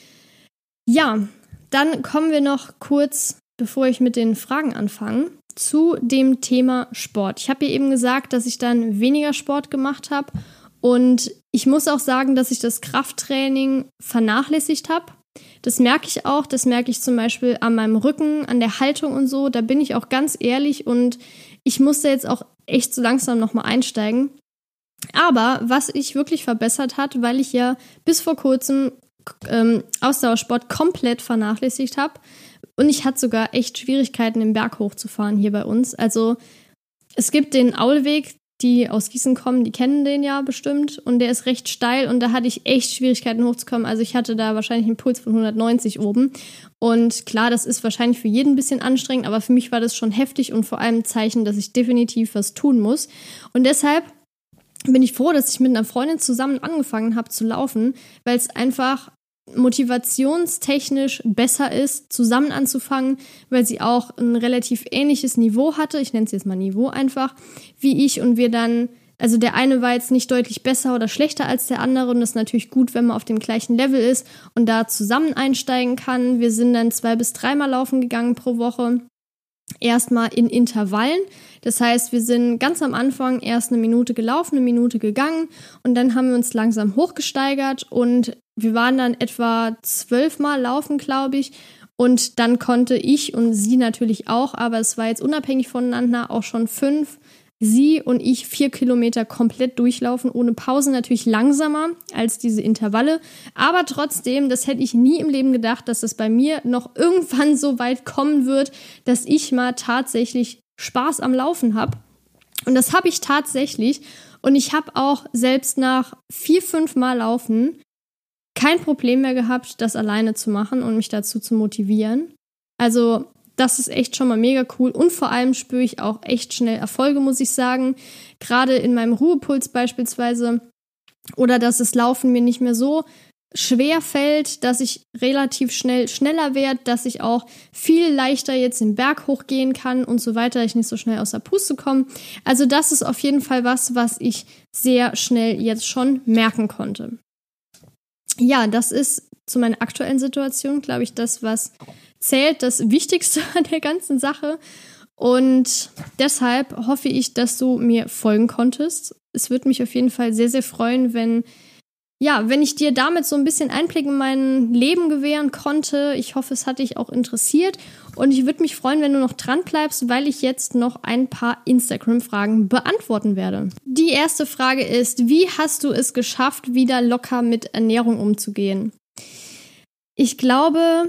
Ja, dann kommen wir noch kurz, bevor ich mit den Fragen anfange, zu dem Thema Sport. Ich habe ja eben gesagt, dass ich dann weniger Sport gemacht habe und ich muss auch sagen, dass ich das Krafttraining vernachlässigt habe. Das merke ich auch, das merke ich zum Beispiel an meinem Rücken, an der Haltung und so, da bin ich auch ganz ehrlich und ich musste jetzt auch echt so langsam nochmal einsteigen. Aber was ich wirklich verbessert hat, weil ich ja bis vor kurzem ähm, Ausdauersport komplett vernachlässigt habe und ich hatte sogar echt Schwierigkeiten, den Berg hochzufahren hier bei uns. Also es gibt den Aulweg, die aus Gießen kommen, die kennen den ja bestimmt und der ist recht steil und da hatte ich echt Schwierigkeiten hochzukommen. Also ich hatte da wahrscheinlich einen Puls von hundertneunzig oben und klar, das ist wahrscheinlich für jeden ein bisschen anstrengend, aber für mich war das schon heftig und vor allem ein Zeichen, dass ich definitiv was tun muss. Und deshalb bin ich froh, dass ich mit einer Freundin zusammen angefangen habe zu laufen, weil es einfach motivationstechnisch besser ist, zusammen anzufangen, weil sie auch ein relativ ähnliches Niveau hatte, ich nenne es jetzt mal Niveau einfach, wie ich und wir dann, also der eine war jetzt nicht deutlich besser oder schlechter als der andere und das ist natürlich gut, wenn man auf dem gleichen Level ist und da zusammen einsteigen kann. Wir sind dann zwei bis dreimal laufen gegangen pro Woche. Erstmal in Intervallen. Das heißt, wir sind ganz am Anfang erst eine Minute gelaufen, eine Minute gegangen und dann haben wir uns langsam hochgesteigert und wir waren dann etwa zwölfmal laufen, glaube ich. Und dann konnte ich und sie natürlich auch, aber es war jetzt unabhängig voneinander auch schon fünf, sie und ich vier Kilometer komplett durchlaufen, ohne Pause, natürlich langsamer als diese Intervalle. Aber trotzdem, das hätte ich nie im Leben gedacht, dass das bei mir noch irgendwann so weit kommen wird, dass ich mal tatsächlich Spaß am Laufen habe. Und das habe ich tatsächlich. Und ich habe auch selbst nach vier, fünf Mal Laufen kein Problem mehr gehabt, das alleine zu machen und mich dazu zu motivieren. Also das ist echt schon mal mega cool und vor allem spüre ich auch echt schnell Erfolge, muss ich sagen. Gerade in meinem Ruhepuls beispielsweise oder dass das Laufen mir nicht mehr so schwer fällt, dass ich relativ schnell schneller werde, dass ich auch viel leichter jetzt den Berg hochgehen kann und so weiter, dass ich nicht so schnell aus der Puste komme. Also das ist auf jeden Fall was, was ich sehr schnell jetzt schon merken konnte. Ja, das ist zu meiner aktuellen Situation, glaube ich, das, was zählt, das Wichtigste an der ganzen Sache. Und deshalb hoffe ich, dass du mir folgen konntest. Es würde mich auf jeden Fall sehr, sehr freuen, wenn Ja, wenn ich dir damit so ein bisschen Einblick in mein Leben gewähren konnte. Ich hoffe, es hat dich auch interessiert. Und ich würde mich freuen, wenn du noch dran bleibst, weil ich jetzt noch ein paar Instagram-Fragen beantworten werde. Die erste Frage ist, wie hast du es geschafft, wieder locker mit Ernährung umzugehen? Ich glaube,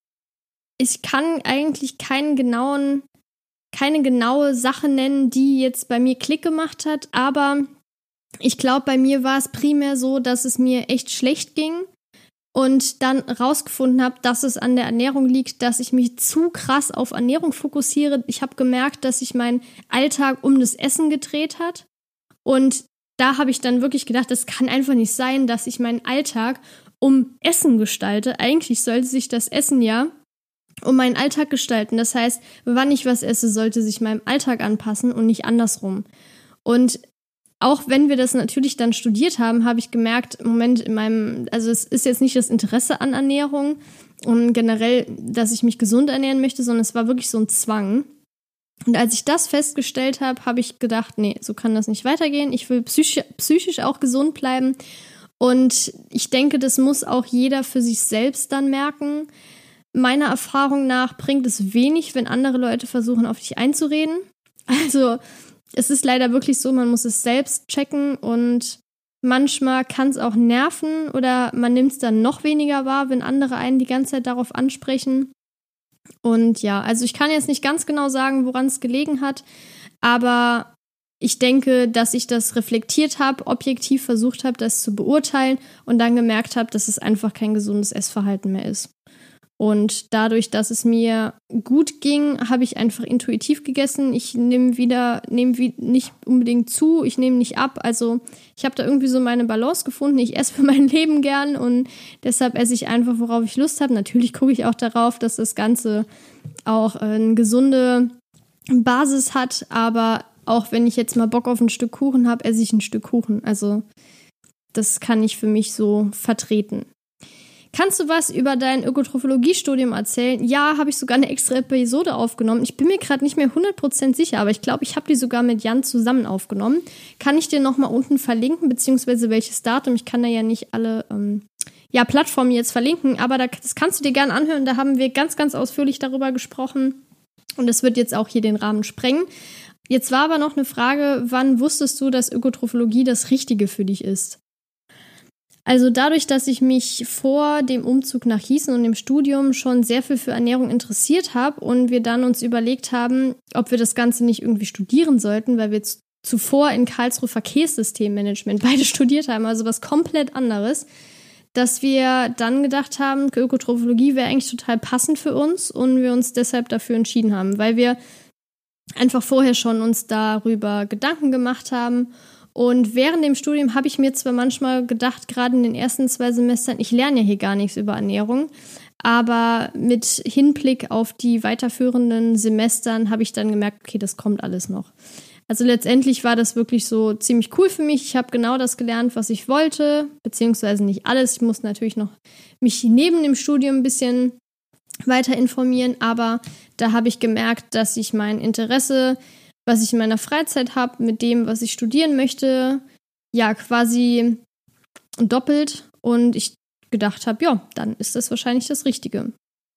ich kann eigentlich keinen genauen, keine genaue Sache nennen, die jetzt bei mir Klick gemacht hat, aber ich glaube, bei mir war es primär so, dass es mir echt schlecht ging und dann rausgefunden habe, dass es an der Ernährung liegt, dass ich mich zu krass auf Ernährung fokussiere. Ich habe gemerkt, dass sich mein Alltag um das Essen gedreht hat und da habe ich dann wirklich gedacht, das kann einfach nicht sein, dass ich meinen Alltag um Essen gestalte. Eigentlich sollte sich das Essen ja um meinen Alltag gestalten. Das heißt, wann ich was esse, sollte sich meinem Alltag anpassen und nicht andersrum. Und auch wenn wir das natürlich dann studiert haben, habe ich gemerkt, im Moment in meinem, also es ist jetzt nicht das Interesse an Ernährung und generell, dass ich mich gesund ernähren möchte, sondern es war wirklich so ein Zwang. Und als ich das festgestellt habe, habe ich gedacht, nee, so kann das nicht weitergehen. Ich will psychisch, psychisch auch gesund bleiben. Und ich denke, das muss auch jeder für sich selbst dann merken. Meiner Erfahrung nach bringt es wenig, wenn andere Leute versuchen, auf dich einzureden. Also es ist leider wirklich so, man muss es selbst checken und manchmal kann es auch nerven oder man nimmt es dann noch weniger wahr, wenn andere einen die ganze Zeit darauf ansprechen. Und ja, also ich kann jetzt nicht ganz genau sagen, woran es gelegen hat, aber ich denke, dass ich das reflektiert habe, objektiv versucht habe, das zu beurteilen und dann gemerkt habe, dass es einfach kein gesundes Essverhalten mehr ist. Und dadurch, dass es mir gut ging, habe ich einfach intuitiv gegessen. Ich nehme wieder, nehme wie, nicht unbedingt zu, ich nehme nicht ab. Also ich habe da irgendwie so meine Balance gefunden. Ich esse für mein Leben gern und deshalb esse ich einfach, worauf ich Lust habe. Natürlich gucke ich auch darauf, dass das Ganze auch eine gesunde Basis hat. Aber auch wenn ich jetzt mal Bock auf ein Stück Kuchen habe, esse ich ein Stück Kuchen. Also das kann ich für mich so vertreten. Kannst du was über dein Ökotrophologie-Studium erzählen? Ja, habe ich sogar eine extra Episode aufgenommen. Ich bin mir gerade nicht mehr hundert Prozent sicher, aber ich glaube, ich habe die sogar mit Jan zusammen aufgenommen. Kann ich dir nochmal unten verlinken, beziehungsweise welches Datum? Ich kann da ja nicht alle ähm, ja, Plattformen jetzt verlinken, aber da, das kannst du dir gerne anhören. Da haben wir ganz, ganz ausführlich darüber gesprochen und das wird jetzt auch hier den Rahmen sprengen. Jetzt war aber noch eine Frage, wann wusstest du, dass Ökotrophologie das Richtige für dich ist? Also dadurch, dass ich mich vor dem Umzug nach Gießen und dem Studium schon sehr viel für Ernährung interessiert habe und wir dann uns überlegt haben, ob wir das Ganze nicht irgendwie studieren sollten, weil wir z- zuvor in Karlsruhe Verkehrssystemmanagement beide studiert haben, also was komplett anderes, dass wir dann gedacht haben, Ökotrophologie wäre eigentlich total passend für uns und wir uns deshalb dafür entschieden haben, weil wir einfach vorher schon uns darüber Gedanken gemacht haben. Und während dem Studium habe ich mir zwar manchmal gedacht, gerade in den ersten zwei Semestern, ich lerne ja hier gar nichts über Ernährung, aber mit Hinblick auf die weiterführenden Semestern habe ich dann gemerkt, okay, das kommt alles noch. Also letztendlich war das wirklich so ziemlich cool für mich. Ich habe genau das gelernt, was ich wollte, beziehungsweise nicht alles. Ich musste natürlich noch mich neben dem Studium ein bisschen weiter informieren, aber da habe ich gemerkt, dass ich mein Interesse, was ich in meiner Freizeit habe, mit dem, was ich studieren möchte, ja, quasi doppelt und ich gedacht habe, ja, dann ist das wahrscheinlich das Richtige.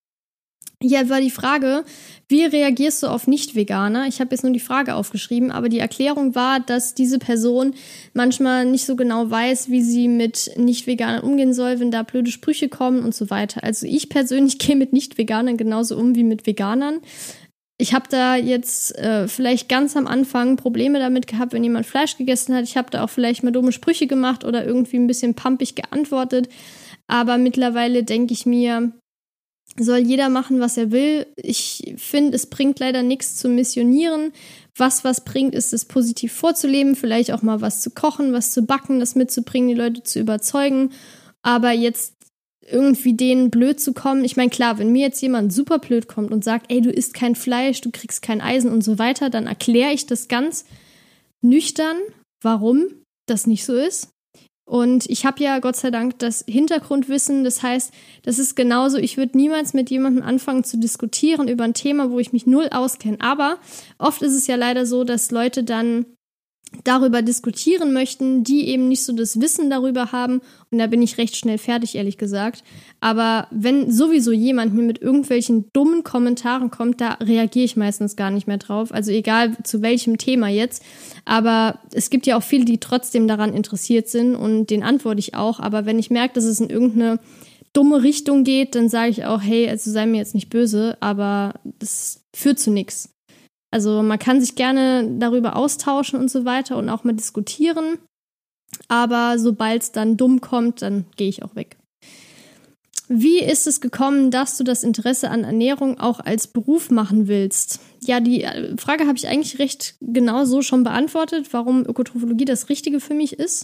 Hier war die Frage, wie reagierst du auf Nicht-Veganer? Ich habe jetzt nur die Frage aufgeschrieben, aber die Erklärung war, dass diese Person manchmal nicht so genau weiß, wie sie mit Nicht-Veganern umgehen soll, wenn da blöde Sprüche kommen und so weiter. Also ich persönlich gehe mit Nicht-Veganern genauso um wie mit Veganern. Ich habe da jetzt äh, vielleicht ganz am Anfang Probleme damit gehabt, wenn jemand Fleisch gegessen hat. Ich habe da auch vielleicht mal dumme Sprüche gemacht oder irgendwie ein bisschen pumpig geantwortet. Aber mittlerweile denke ich mir, soll jeder machen, was er will. Ich finde, es bringt leider nichts zu missionieren. Was was bringt, ist es positiv vorzuleben, vielleicht auch mal was zu kochen, was zu backen, das mitzubringen, die Leute zu überzeugen. Aber jetzt irgendwie denen blöd zu kommen, ich meine, klar, wenn mir jetzt jemand super blöd kommt und sagt, ey, du isst kein Fleisch, du kriegst kein Eisen und so weiter, dann erkläre ich das ganz nüchtern, warum das nicht so ist. Und ich habe ja Gott sei Dank das Hintergrundwissen, das heißt, das ist genauso, ich würde niemals mit jemandem anfangen zu diskutieren über ein Thema, wo ich mich null auskenne. Aber oft ist es ja leider so, dass Leute dann darüber diskutieren möchten, die eben nicht so das Wissen darüber haben. Und da bin ich recht schnell fertig, ehrlich gesagt. Aber wenn sowieso jemand mir mit irgendwelchen dummen Kommentaren kommt, da reagiere ich meistens gar nicht mehr drauf. Also egal zu welchem Thema jetzt. Aber es gibt ja auch viele, die trotzdem daran interessiert sind und denen antworte ich auch. Aber wenn ich merke, dass es in irgendeine dumme Richtung geht, dann sage ich auch, hey, also sei mir jetzt nicht böse, aber das führt zu nichts. Also man kann sich gerne darüber austauschen und so weiter und auch mal diskutieren, aber sobald es dann dumm kommt, dann gehe ich auch weg. Wie ist es gekommen, dass du das Interesse an Ernährung auch als Beruf machen willst? Ja, die Frage habe ich eigentlich recht genau so schon beantwortet, warum Ökotrophologie das Richtige für mich ist.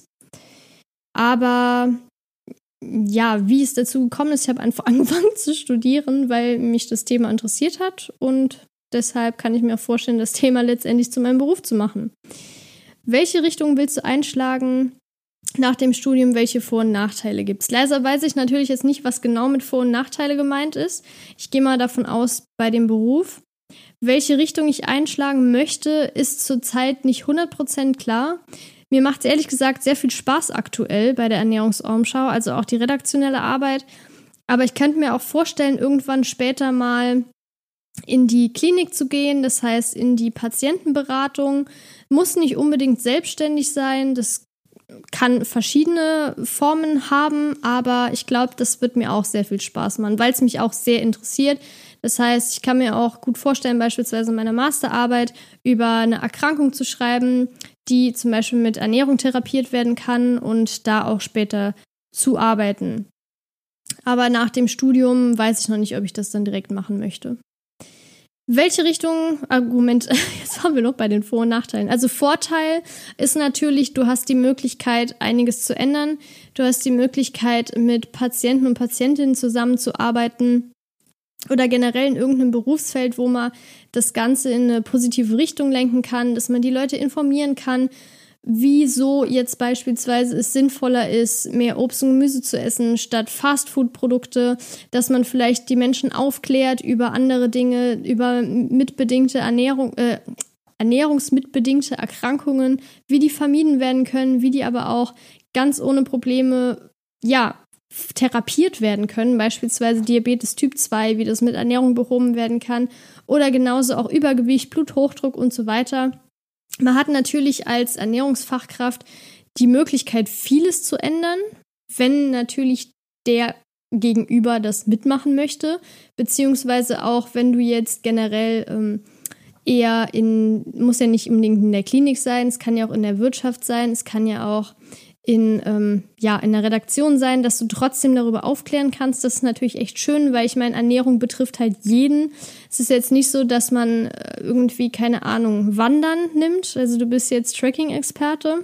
Aber ja, wie es dazu gekommen ist, ich habe einfach angefangen zu studieren, weil mich das Thema interessiert hat und deshalb kann ich mir auch vorstellen, das Thema letztendlich zu meinem Beruf zu machen. Welche Richtung willst du einschlagen nach dem Studium? Welche Vor- und Nachteile gibt es? Leider weiß ich natürlich jetzt nicht, was genau mit Vor- und Nachteile gemeint ist. Ich gehe mal davon aus, bei dem Beruf. Welche Richtung ich einschlagen möchte, ist zurzeit nicht hundert Prozent klar. Mir macht es ehrlich gesagt sehr viel Spaß aktuell bei der Ernährungsumschau, also auch die redaktionelle Arbeit. Aber ich könnte mir auch vorstellen, irgendwann später mal in die Klinik zu gehen, das heißt in die Patientenberatung, muss nicht unbedingt selbstständig sein, das kann verschiedene Formen haben, aber ich glaube, das wird mir auch sehr viel Spaß machen, weil es mich auch sehr interessiert. Das heißt, ich kann mir auch gut vorstellen, beispielsweise in meiner Masterarbeit über eine Erkrankung zu schreiben, die zum Beispiel mit Ernährung therapiert werden kann und da auch später zu arbeiten. Aber nach dem Studium weiß ich noch nicht, ob ich das dann direkt machen möchte. Welche Richtung, Argument, jetzt waren wir noch bei den Vor- und Nachteilen. Also Vorteil ist natürlich, du hast die Möglichkeit, einiges zu ändern. Du hast die Möglichkeit, mit Patienten und Patientinnen zusammenzuarbeiten oder generell in irgendeinem Berufsfeld, wo man das Ganze in eine positive Richtung lenken kann, dass man die Leute informieren kann, wieso jetzt beispielsweise es sinnvoller ist, mehr Obst und Gemüse zu essen statt Fastfood-Produkte, dass man vielleicht die Menschen aufklärt über andere Dinge, über mitbedingte Ernährung, äh, ernährungsmitbedingte Erkrankungen, wie die vermieden werden können, wie die aber auch ganz ohne Probleme, ja, therapiert werden können, beispielsweise Diabetes Typ zwei, wie das mit Ernährung behoben werden kann oder genauso auch Übergewicht, Bluthochdruck und so weiter. Man hat natürlich als Ernährungsfachkraft die Möglichkeit, vieles zu ändern, wenn natürlich der Gegenüber das mitmachen möchte, beziehungsweise auch, wenn du jetzt generell ähm, eher in, muss ja nicht unbedingt in der Klinik sein, es kann ja auch in der Wirtschaft sein, es kann ja auch in, ähm, ja, in der Redaktion sein, dass du trotzdem darüber aufklären kannst. Das ist natürlich echt schön, weil ich meine, Ernährung betrifft halt jeden. Es ist jetzt nicht so, dass man äh, irgendwie, keine Ahnung, Wandern nimmt. Also du bist jetzt Trekking-Experte,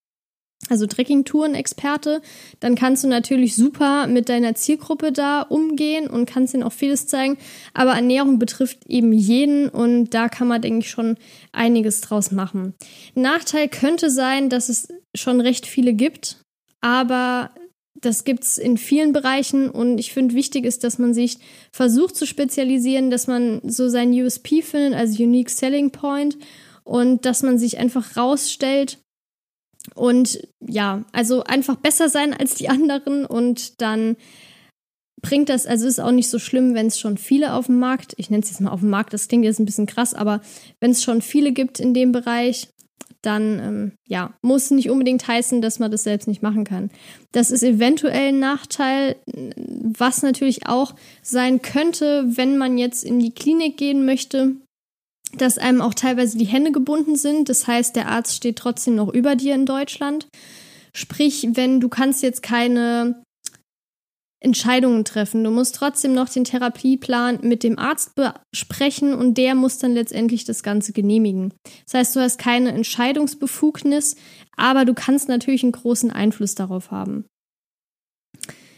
also Trekking-Touren-Experte. Dann kannst du natürlich super mit deiner Zielgruppe da umgehen und kannst ihnen auch vieles zeigen. Aber Ernährung betrifft eben jeden und da kann man, denke ich, schon einiges draus machen. Nachteil könnte sein, dass es schon recht viele gibt, aber das gibt es in vielen Bereichen und ich finde, wichtig ist, dass man sich versucht zu spezialisieren, dass man so sein U S P findet, also Unique Selling Point, und dass man sich einfach rausstellt und ja, also einfach besser sein als die anderen und dann bringt das, also ist auch nicht so schlimm, wenn es schon viele auf dem Markt, ich nenne es jetzt mal auf dem Markt, das klingt jetzt ein bisschen krass, aber wenn es schon viele gibt in dem Bereich, dann ähm, ja, muss nicht unbedingt heißen, dass man das selbst nicht machen kann. Das ist eventuell ein Nachteil, was natürlich auch sein könnte, wenn man jetzt in die Klinik gehen möchte, dass einem auch teilweise die Hände gebunden sind. Das heißt, der Arzt steht trotzdem noch über dir in Deutschland. Sprich, wenn du kannst jetzt keine Entscheidungen treffen. Du musst trotzdem noch den Therapieplan mit dem Arzt besprechen und der muss dann letztendlich das Ganze genehmigen. Das heißt, du hast keine Entscheidungsbefugnis, aber du kannst natürlich einen großen Einfluss darauf haben.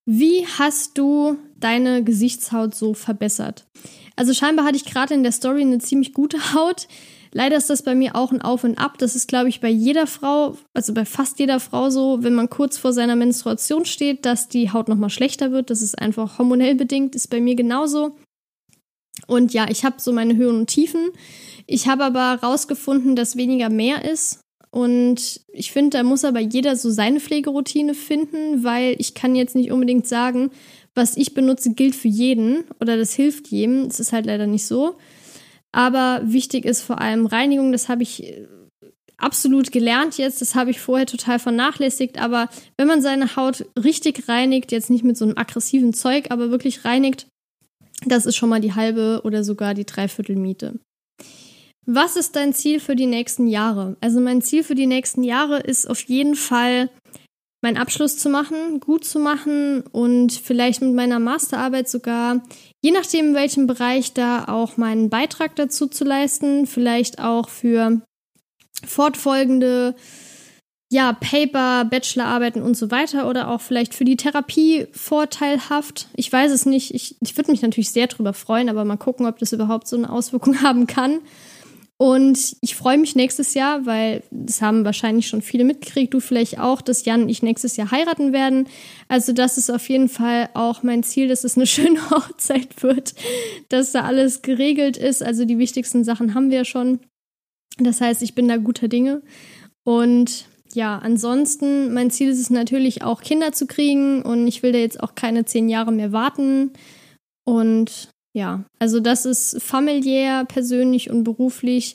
Wie hast du deine Gesichtshaut so verbessert? Also scheinbar hatte ich gerade in der Story eine ziemlich gute Haut. Leider ist das bei mir auch ein Auf und Ab. Das ist, glaube ich, bei jeder Frau, also bei fast jeder Frau so, wenn man kurz vor seiner Menstruation steht, dass die Haut nochmal schlechter wird. Das ist einfach hormonell bedingt, ist bei mir genauso. Und ja, ich habe so meine Höhen und Tiefen. Ich habe aber rausgefunden, dass weniger mehr ist. Und ich finde, da muss aber jeder so seine Pflegeroutine finden, weil ich kann jetzt nicht unbedingt sagen, was ich benutze, gilt für jeden oder das hilft jedem. Es ist halt leider nicht so. Aber wichtig ist vor allem Reinigung. Das habe ich absolut gelernt jetzt. Das habe ich vorher total vernachlässigt. Aber wenn man seine Haut richtig reinigt, jetzt nicht mit so einem aggressiven Zeug, aber wirklich reinigt, das ist schon mal die halbe oder sogar die Dreiviertel Miete. Was ist dein Ziel für die nächsten Jahre? Also mein Ziel für die nächsten Jahre ist auf jeden Fall, meinen Abschluss zu machen, gut zu machen und vielleicht mit meiner Masterarbeit sogar, je nachdem in welchem Bereich, da auch meinen Beitrag dazu zu leisten, vielleicht auch für fortfolgende ja, Paper, Bachelorarbeiten und so weiter oder auch vielleicht für die Therapie vorteilhaft. Ich weiß es nicht, ich, ich würde mich natürlich sehr drüber freuen, aber mal gucken, ob das überhaupt so eine Auswirkung haben kann. Und ich freue mich nächstes Jahr, weil das haben wahrscheinlich schon viele mitgekriegt, du vielleicht auch, dass Jan und ich nächstes Jahr heiraten werden. Also das ist auf jeden Fall auch mein Ziel, dass es eine schöne Hochzeit wird, dass da alles geregelt ist. Also die wichtigsten Sachen haben wir schon. Das heißt, ich bin da guter Dinge. Und ja, ansonsten, mein Ziel ist es natürlich auch, Kinder zu kriegen. Und ich will da jetzt auch keine zehn Jahre mehr warten. Und ja, also das ist familiär, persönlich und beruflich.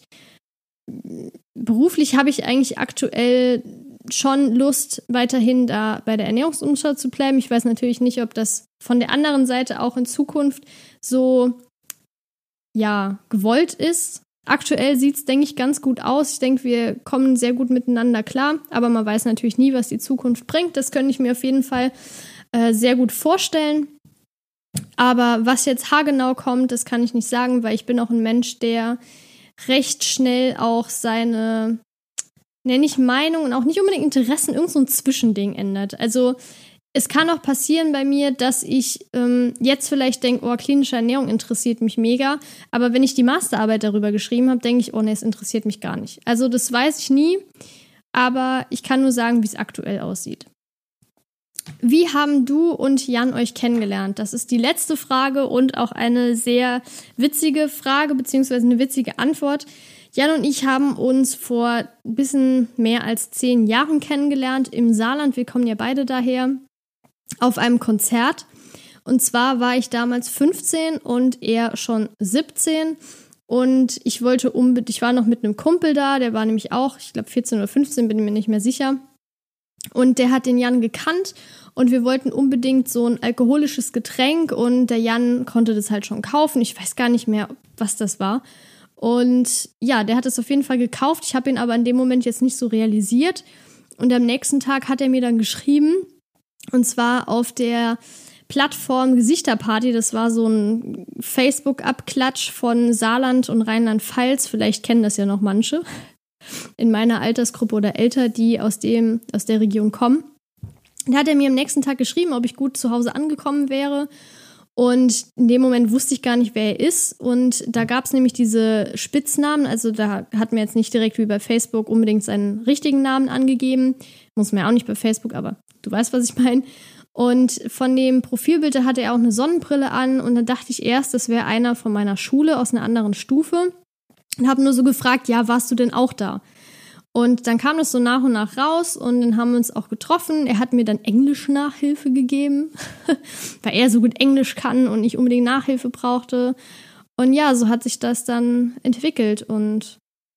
Beruflich habe ich eigentlich aktuell schon Lust, weiterhin da bei der Ernährungsumschau zu bleiben. Ich weiß natürlich nicht, ob das von der anderen Seite auch in Zukunft so, ja, gewollt ist. Aktuell sieht es, denke ich, ganz gut aus. Ich denke, wir kommen sehr gut miteinander klar, aber man weiß natürlich nie, was die Zukunft bringt. Das könnte ich mir auf jeden Fall äh, sehr gut vorstellen. Aber was jetzt haargenau kommt, das kann ich nicht sagen, weil ich bin auch ein Mensch, der recht schnell auch seine, nenne ich Meinung und auch nicht unbedingt Interessen, irgend so ein Zwischending ändert. Also es kann auch passieren bei mir, dass ich ähm, jetzt vielleicht denke, oh, klinische Ernährung interessiert mich mega, aber wenn ich die Masterarbeit darüber geschrieben habe, denke ich, oh nee, es interessiert mich gar nicht. Also das weiß ich nie, aber ich kann nur sagen, wie es aktuell aussieht. Wie haben du und Jan euch kennengelernt? Das ist die letzte Frage und auch eine sehr witzige Frage, beziehungsweise eine witzige Antwort. Jan und ich haben uns vor ein bisschen mehr als zehn Jahren kennengelernt im Saarland. Wir kommen ja beide daher, auf einem Konzert. Und zwar war ich damals fünfzehn und er schon siebzehn. Und ich wollte unbedingt, ich war noch mit einem Kumpel da, der war nämlich auch, ich glaube vierzehn oder fünfzehn, bin mir nicht mehr sicher. Und der hat den Jan gekannt und wir wollten unbedingt so ein alkoholisches Getränk und der Jan konnte das halt schon kaufen. Ich weiß gar nicht mehr, was das war. Und ja, der hat es auf jeden Fall gekauft. Ich habe ihn aber in dem Moment jetzt nicht so realisiert. Und am nächsten Tag hat er mir dann geschrieben, und zwar auf der Plattform Gesichterparty. Das war so ein Facebook-Abklatsch von Saarland und Rheinland-Pfalz. Vielleicht kennen das ja noch manche in meiner Altersgruppe oder älter, die aus dem, aus der Region kommen. Da hat er mir am nächsten Tag geschrieben, ob ich gut zu Hause angekommen wäre. Und in dem Moment wusste ich gar nicht, wer er ist. Und da gab es nämlich diese Spitznamen. Also da hat mir jetzt nicht direkt wie bei Facebook unbedingt seinen richtigen Namen angegeben. Muss man ja auch nicht bei Facebook, aber du weißt, was ich meine. Und von dem Profilbild hatte er auch eine Sonnenbrille an. Und dann dachte ich erst, das wäre einer von meiner Schule aus einer anderen Stufe. Und habe nur so gefragt, ja, warst du denn auch da? Und dann kam das so nach und nach raus und dann haben wir uns auch getroffen. Er hat mir dann Englisch-Nachhilfe gegeben, weil er so gut Englisch kann und ich unbedingt Nachhilfe brauchte. Und ja, so hat sich das dann entwickelt. Und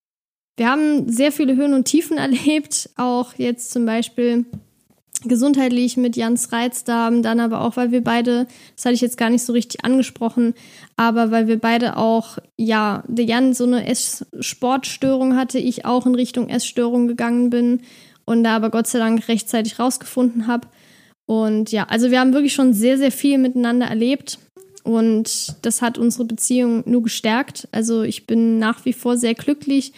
wir haben sehr viele Höhen und Tiefen erlebt, auch jetzt zum Beispiel gesundheitlich mit Jans Reizdarm, dann aber auch, weil wir beide, das hatte ich jetzt gar nicht so richtig angesprochen, aber weil wir beide auch, ja, der Jan so eine Esssportstörung hatte, ich auch in Richtung Essstörung gegangen bin und da aber Gott sei Dank rechtzeitig rausgefunden habe. Und ja, also wir haben wirklich schon sehr, sehr viel miteinander erlebt und das hat unsere Beziehung nur gestärkt. Also ich bin nach wie vor sehr glücklich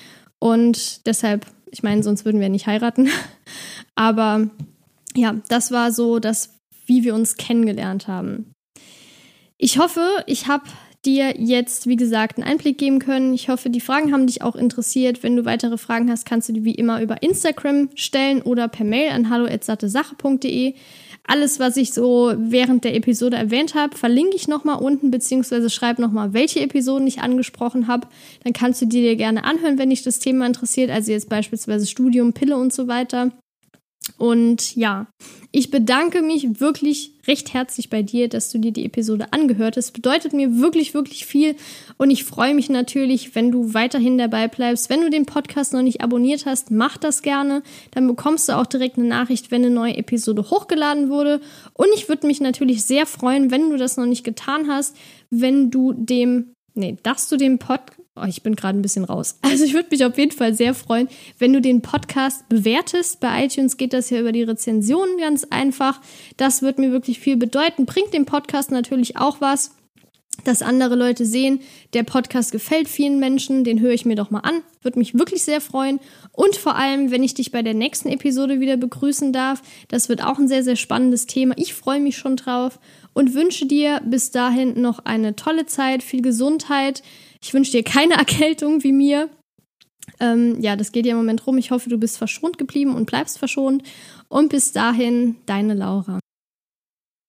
und deshalb, ich meine, sonst würden wir nicht heiraten, aber ja, das war so das wie wir uns kennengelernt haben. Ich hoffe, ich habe dir jetzt, wie gesagt, einen Einblick geben können. Ich hoffe, die Fragen haben dich auch interessiert. Wenn du weitere Fragen hast, kannst du die wie immer über Instagram stellen oder per Mail an hallo at sattesache punkt de. Alles, was ich so während der Episode erwähnt habe, verlinke ich nochmal unten, beziehungsweise schreibe nochmal, welche Episoden ich angesprochen habe. Dann kannst du die dir gerne anhören, wenn dich das Thema interessiert. Also jetzt beispielsweise Studium, Pille und so weiter. Und ja, ich bedanke mich wirklich recht herzlich bei dir, dass du dir die Episode angehört hast. Es bedeutet mir wirklich, wirklich viel und ich freue mich natürlich, wenn du weiterhin dabei bleibst. Wenn du den Podcast noch nicht abonniert hast, mach das gerne. Dann bekommst du auch direkt eine Nachricht, wenn eine neue Episode hochgeladen wurde. Und ich würde mich natürlich sehr freuen, wenn du das noch nicht getan hast, wenn du dem, nee, dass du dem Podcast, Oh, ich bin gerade ein bisschen raus. Also ich würde mich auf jeden Fall sehr freuen, wenn du den Podcast bewertest. Bei iTunes geht das ja über die Rezensionen ganz einfach. Das wird mir wirklich viel bedeuten. Bringt dem Podcast natürlich auch was, dass andere Leute sehen, der Podcast gefällt vielen Menschen, den höre ich mir doch mal an. Würde mich wirklich sehr freuen. Und vor allem, wenn ich dich bei der nächsten Episode wieder begrüßen darf. Das wird auch ein sehr, sehr spannendes Thema. Ich freue mich schon drauf und wünsche dir bis dahin noch eine tolle Zeit, viel Gesundheit. Ich wünsche dir keine Erkältung wie mir. Ähm, ja, das geht ja im Moment rum. Ich hoffe, du bist verschont geblieben und bleibst verschont. Und bis dahin, deine Laura.